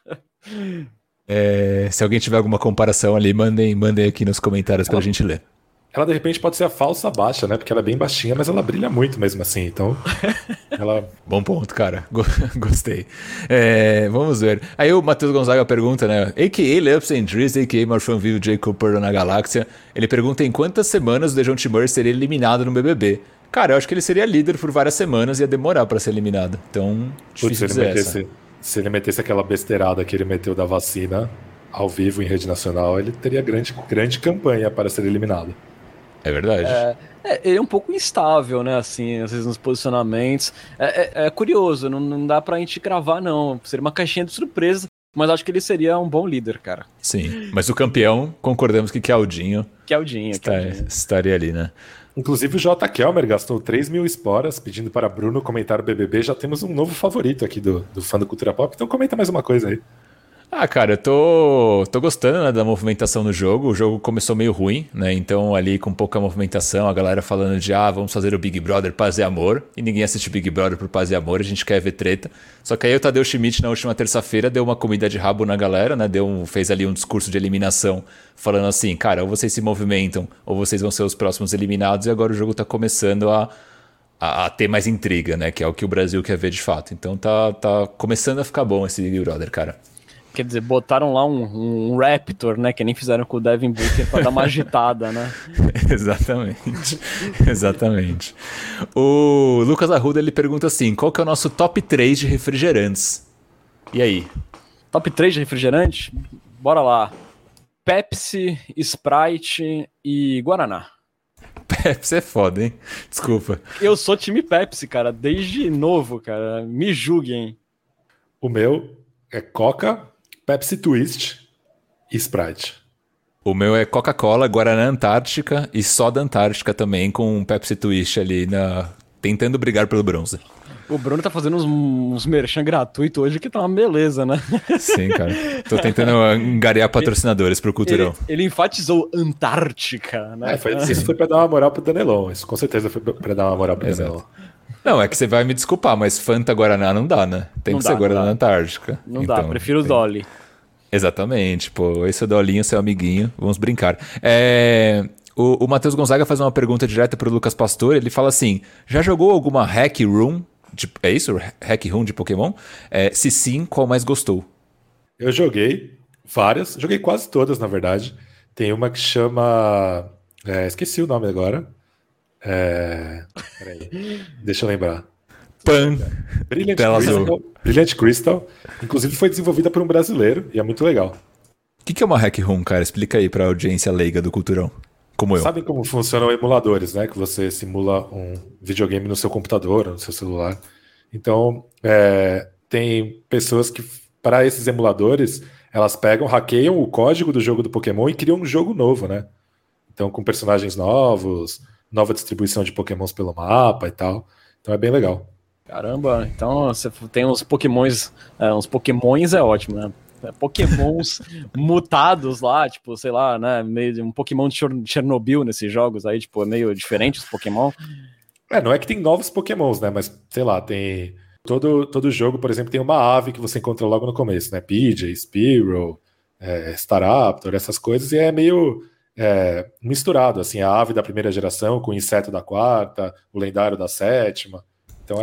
Se alguém tiver alguma comparação ali, mandem aqui nos comentários pra gente ler. Ela, de repente, pode ser a falsa baixa, né? Porque ela é bem baixinha, mas ela brilha muito mesmo assim. Então, ela... Bom ponto, cara. Gostei. Vamos ver. Aí o Matheus Gonzaga pergunta, né? A.K.A. Lamps and Trees, A.K.A. Marfanville, Jacob Poeltl na Galáxia. Ele pergunta em quantas semanas o DeJounte Murray seria eliminado no BBB. Cara, eu acho que ele seria líder por várias semanas e ia demorar pra ser eliminado. Então, difícil dizer se ele metesse aquela besteirada que ele meteu da vacina ao vivo em rede nacional, ele teria grande campanha para ser eliminado. É verdade. Ele é um pouco instável, né, assim, às vezes nos posicionamentos. É curioso, não dá pra gente cravar, não. Seria uma caixinha de surpresa, mas acho que ele seria um bom líder, cara. Sim, mas o campeão, concordamos que Keldinho Keldinho. estaria ali, né? Inclusive o J. Kelmer gastou 3 mil esporas pedindo para Bruno comentar o BBB. Já temos um novo favorito aqui do fã do Cultura Pop. Então comenta mais uma coisa aí. Ah, cara, eu tô gostando, né, da movimentação no jogo. O jogo começou meio ruim, né? Então ali com pouca movimentação, a galera falando de vamos fazer o Big Brother Paz e Amor. E ninguém assiste Big Brother por Paz e Amor, a gente quer ver treta. Só que aí o Tadeu Schmidt na última terça-feira deu uma comida de rabo na galera, né? Fez ali um discurso de eliminação falando assim, cara, ou vocês se movimentam ou vocês vão ser os próximos eliminados. E agora o jogo tá começando a ter mais intriga, né? Que é o que o Brasil quer ver de fato. Então tá começando a ficar bom esse Big Brother, cara. Quer dizer, botaram lá um Raptor, né? Que nem fizeram com o Devin Booker pra dar uma agitada, né? Exatamente. O Lucas Arruda, ele pergunta assim, qual que é o nosso top 3 de refrigerantes? E aí? Top 3 de refrigerante? Bora lá. Pepsi, Sprite e Guaraná. Pepsi é foda, hein? Desculpa. Eu sou time Pepsi, cara, desde novo, cara. Me julguem. O meu é Coca, Pepsi Twist e Sprite. O meu é Coca-Cola, Guaraná Antártica e Soda Antártica também, com um Pepsi Twist ali tentando brigar pelo bronze. O Bruno tá fazendo uns merchan gratuito hoje que tá uma beleza, né? Sim, cara. Tô tentando angariar patrocinadores pro Culturão. Ele enfatizou Antártica, né? Isso foi pra dar uma moral pro Danelon. Isso com certeza foi pra dar uma moral pro Danelon. Não, é que você vai me desculpar, mas Fanta Guaraná não dá, né? Tem que ser Guaraná Antártica. Não dá, prefiro o Dolly. Exatamente, pô. Esse é o Dolinho, seu amiguinho. Vamos brincar. O Matheus Gonzaga faz uma pergunta direta pro Lucas Pastor. Ele fala assim, já jogou alguma Hack Room? É isso? Hack Room de Pokémon? Se sim, qual mais gostou? Eu joguei várias. Joguei quase todas, na verdade. Tem uma que chama... esqueci o nome agora. Peraí. Deixa eu lembrar. Pan. Brilliant Crystal. Inclusive foi desenvolvida por um brasileiro e é muito legal. O que é uma Hack Room, cara? Explica aí pra audiência leiga do Culturão. Como eu. Sabem como funcionam emuladores, né? Que você simula um videogame no seu computador, no seu celular. Então, tem pessoas que, para esses emuladores, elas pegam, hackeiam o código do jogo do Pokémon e criam um jogo novo, né? Então, com personagens novos, nova distribuição de Pokémons pelo mapa e tal. Então é bem legal. Caramba, então você tem uns Pokémons, uns Pokémons é ótimo, né? Pokémons mutados lá, tipo, sei lá, né? Meio de um Pokémon de Chernobyl nesses jogos aí, tipo, é meio diferente os Pokémon. Não é que tem novos Pokémons, né? Mas, sei lá, tem. Todo jogo, por exemplo, tem uma ave que você encontra logo no começo, né? Pidgey, Spearow, Staraptor, essas coisas, e é meio misturado, assim, a ave da primeira geração com o inseto da quarta, o lendário da sétima. Então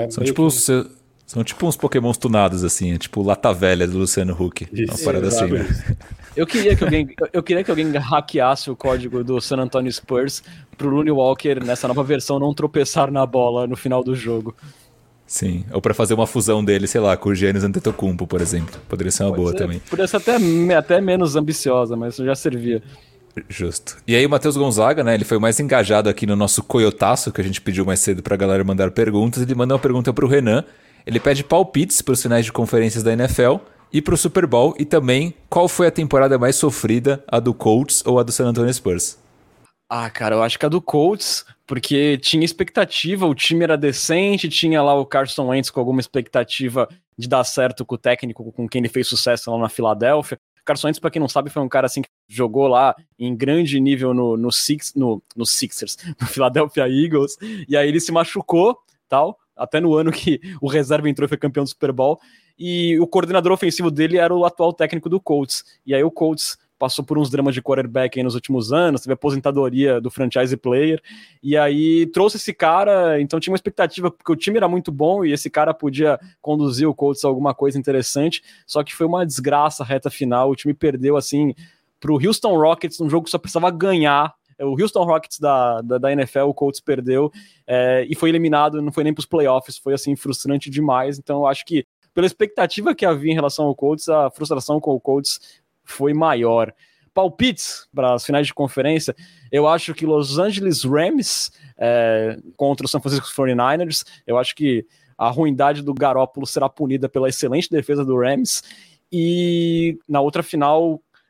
São tipo uns Pokémons tunados, assim, tipo Lata Velha do Luciano Huck. Isso, uma parada assim, né? Eu queria que alguém hackeasse o código do San Antonio Spurs pro Looney Walker, nessa nova versão, não tropeçar na bola no final do jogo. Sim, ou pra fazer uma fusão dele, sei lá, com o Giannis Antetokounmpo, por exemplo. Poderia ser uma boa também. Poderia ser até menos ambiciosa, mas isso já servia. Justo. E aí o Matheus Gonzaga, né, ele foi o mais engajado aqui no nosso coiotaço, que a gente pediu mais cedo pra galera mandar perguntas. Ele manda uma pergunta pro Renan. Ele pede palpites para os finais de conferências da NFL e para o Super Bowl, e também qual foi a temporada mais sofrida, a do Colts ou a do San Antonio Spurs? Cara, eu acho que a do Colts, porque tinha expectativa, o time era decente, tinha lá o Carson Wentz com alguma expectativa de dar certo com o técnico com quem ele fez sucesso lá na Filadélfia. Carson Wentz, pra quem não sabe, foi um cara assim que jogou lá em grande nível no Sixers, no Philadelphia Eagles, e aí ele se machucou, tal, até no ano que o reserva entrou e foi campeão do Super Bowl, e o coordenador ofensivo dele era o atual técnico do Colts, e aí o Colts passou por uns dramas de quarterback aí nos últimos anos, teve a aposentadoria do franchise player, e aí trouxe esse cara, então tinha uma expectativa, porque o time era muito bom, e esse cara podia conduzir o Colts a alguma coisa interessante, só que foi uma desgraça a reta final, o time perdeu, assim, pro Houston Rockets, num jogo que só precisava ganhar. O Houston Rockets da NFL, o Colts perdeu, e foi eliminado, não foi nem para os playoffs, foi assim, frustrante demais. Então eu acho que, pela expectativa que havia em relação ao Colts, a frustração com o Colts foi maior. Palpites para as finais de conferência, eu acho que Los Angeles Rams contra o San Francisco 49ers, eu acho que a ruindade do Garoppolo será punida pela excelente defesa do Rams, e na outra final,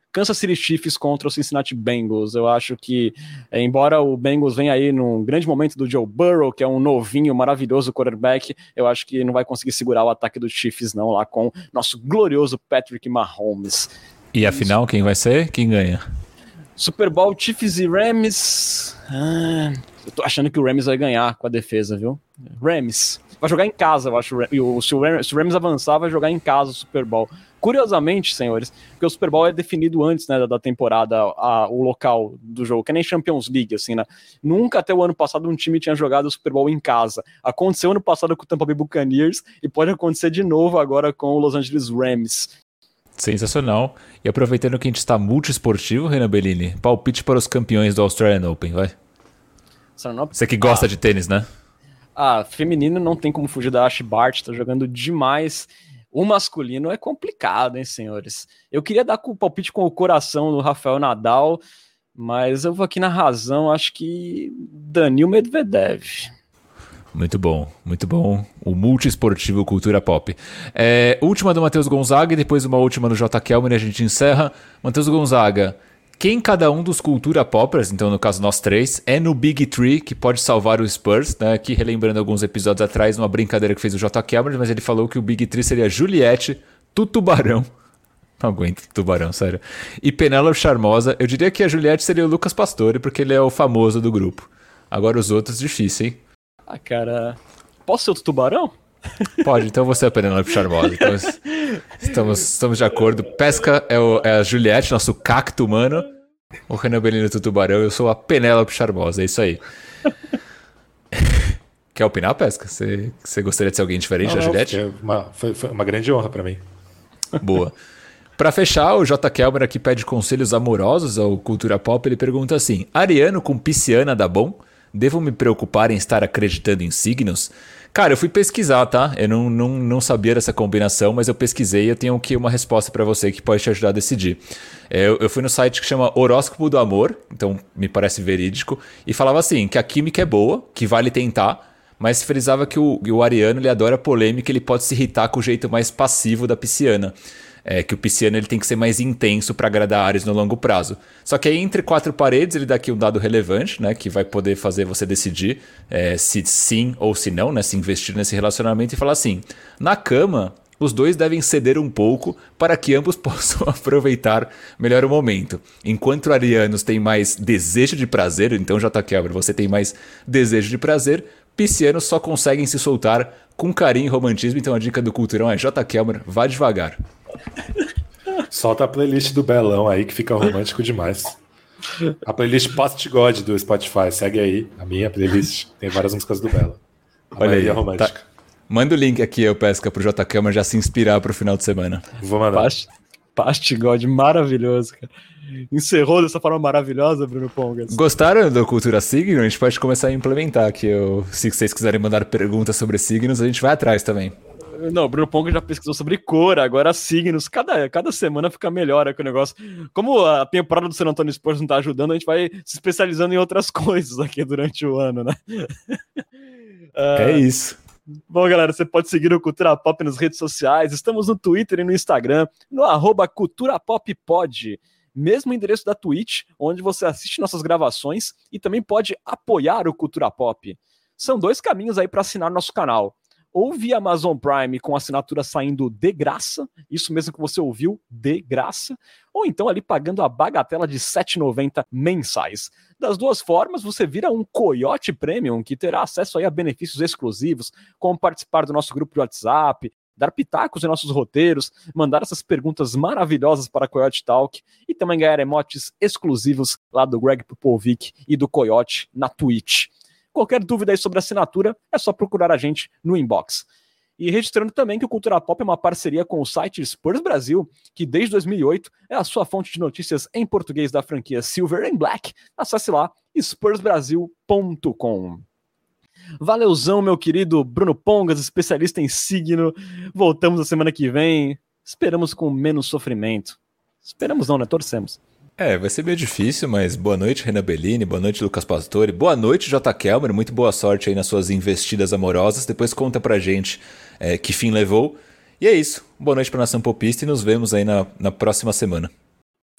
Kansas City Chiefs contra o Cincinnati Bengals. Eu acho que, embora o Bengals venha aí num grande momento do Joe Burrow, que é um novinho, maravilhoso quarterback, eu acho que não vai conseguir segurar o ataque do Chiefs não, lá com nosso glorioso Patrick Mahomes. E afinal, quem vai ser? Quem ganha? Super Bowl, Chiefs e Rams. Eu tô achando que o Rams vai ganhar com a defesa, viu? Rams. Vai jogar em casa, eu acho. Se o Rams avançar, vai jogar em casa o Super Bowl. Curiosamente, senhores, porque o Super Bowl é definido antes, né, da temporada, o local do jogo, que é nem Champions League, assim, né? Nunca até o ano passado um time tinha jogado o Super Bowl em casa. Aconteceu ano passado com o Tampa Bay Buccaneers e pode acontecer de novo agora com o Los Angeles Rams. Sensacional. E aproveitando que a gente está multiesportivo, Renan Bellini, palpite para os campeões do Australian Open, vai. Você que gosta de tênis, né? Feminino não tem como fugir da Ash Bart, tá jogando demais. O masculino é complicado, hein, senhores? Eu queria dar o palpite com o coração no Rafael Nadal, mas eu vou aqui na razão, acho que Daniil Medvedev. Muito bom, muito bom. O multiesportivo Cultura Pop. Última do Matheus Gonzaga e depois uma última do J. Kelmer e a gente encerra. Matheus Gonzaga, quem cada um dos Cultura Poppers, então no caso nós três, é no Big Three que pode salvar o Spurs, né? Aqui relembrando alguns episódios atrás, numa brincadeira que fez o J. Kelmer, mas ele falou que o Big Three seria Juliette, Tutubarão, não aguento Tubarão, sério, e Penélope Charmosa. Eu diria que a Juliette seria o Lucas Pastore, porque ele é o famoso do grupo. Agora os outros, difícil, hein? Cara, posso ser o Tubarão? Pode, então você é a Penélope Charmosa. Então, estamos de acordo. Pesca é a Juliette, nosso cacto humano. O Renan Bellini do Tubarão, eu sou a Penélope Charmosa, é isso aí. Quer opinar, Pesca? Você gostaria de ser alguém diferente da Juliette? Foi uma grande honra para mim. Boa. Para fechar, o J. Kelmer aqui pede conselhos amorosos ao Cultura Pop. Ele pergunta assim: Ariano com Pisciana dá bom? Devo me preocupar em estar acreditando em signos? Cara, eu fui pesquisar, tá? Eu não sabia dessa combinação, mas eu pesquisei e eu tenho aqui uma resposta pra você que pode te ajudar a decidir. Eu fui no site que chama Horóscopo do Amor, então me parece verídico, e falava assim, que a química é boa, que vale tentar, mas frisava que o ariano ele adora polêmica, ele pode se irritar com o jeito mais passivo da pisciana. Que o pisciano ele tem que ser mais intenso para agradar Áries no longo prazo. Só que aí entre quatro paredes ele dá aqui um dado relevante, né, que vai poder fazer você decidir se sim ou se não, né, se investir nesse relacionamento e falar assim, na cama os dois devem ceder um pouco para que ambos possam aproveitar melhor o momento. Enquanto arianos têm mais desejo de prazer, então J. Kelmer, você tem mais desejo de prazer, piscianos só conseguem se soltar com carinho e romantismo, então a dica do Culturão é J. Kelmer, vá devagar. Solta a playlist do Belão aí que fica romântico demais. A playlist Post God do Spotify, segue aí a minha playlist, tem várias músicas do Belo. Olha aí, romântica. Tá. Manda o link aqui, eu Pesca, pro J. Kelmer já se inspirar pro final de semana. Vou mandar. Post God, maravilhoso, cara. Encerrou dessa forma maravilhosa, Bruno Pongas. Gostaram da cultura signo? A gente pode começar a implementar aqui. Se vocês quiserem mandar perguntas sobre signos, a gente vai atrás também. Não, o Bruno Pongas já pesquisou sobre cor, agora signos. Cada semana fica melhor aqui o negócio. Como a temporada do San Antonio Spurs não tá ajudando, a gente vai se especializando em outras coisas aqui durante o ano, né? É isso. Bom, galera, você pode seguir o Cultura Pop nas redes sociais. Estamos no Twitter e no Instagram, no @CulturaPopPod. Mesmo endereço da Twitch, onde você assiste nossas gravações e também pode apoiar o Cultura Pop. São 2 caminhos aí para assinar nosso canal. Ou via Amazon Prime com assinatura saindo de graça, isso mesmo que você ouviu, de graça, ou então ali pagando a bagatela de R$ 7,90 mensais. Das duas formas, você vira um Coyote Premium, que terá acesso aí a benefícios exclusivos, como participar do nosso grupo de WhatsApp, dar pitacos em nossos roteiros, mandar essas perguntas maravilhosas para a Coyote Talk e também ganhar emotes exclusivos lá do Greg Popovic e do Coyote na Twitch. Qualquer dúvida aí sobre a assinatura, é só procurar a gente no inbox. E registrando também que o Cultura Pop é uma parceria com o site Spurs Brasil, que desde 2008 é a sua fonte de notícias em português da franquia Silver and Black. Acesse lá, spursbrasil.com. Valeuzão, meu querido Bruno Pongas, especialista em signo. Voltamos na semana que vem. Esperamos com menos sofrimento. Esperamos não, né? Torcemos. Vai ser meio difícil, mas boa noite, Renan Bellini, boa noite, Lucas Pastore, boa noite, J. Kelmer, muito boa sorte aí nas suas investidas amorosas, depois conta pra gente que fim levou. E é isso, boa noite pra Nação Popista e nos vemos aí na próxima semana.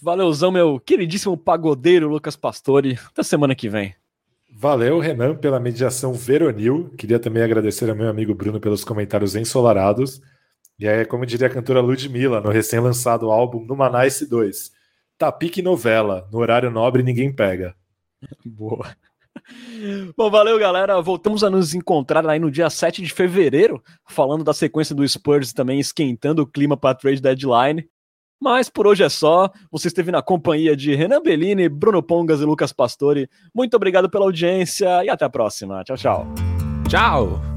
Valeuzão, meu queridíssimo pagodeiro Lucas Pastore. Até semana que vem. Valeu, Renan, pela mediação veronil. Queria também agradecer ao meu amigo Bruno pelos comentários ensolarados. E aí, como diria a cantora Ludmilla, no recém-lançado álbum Numanice 2, tá pique novela, no horário nobre ninguém pega. Boa. Bom, valeu, galera. Voltamos a nos encontrar aí no dia 7 de fevereiro, falando da sequência do Spurs também esquentando o clima para a trade deadline. Mas por hoje é só. Você esteve na companhia de Renan Bellini, Bruno Pongas e Lucas Pastore. Muito obrigado pela audiência e até a próxima. Tchau, tchau. Tchau!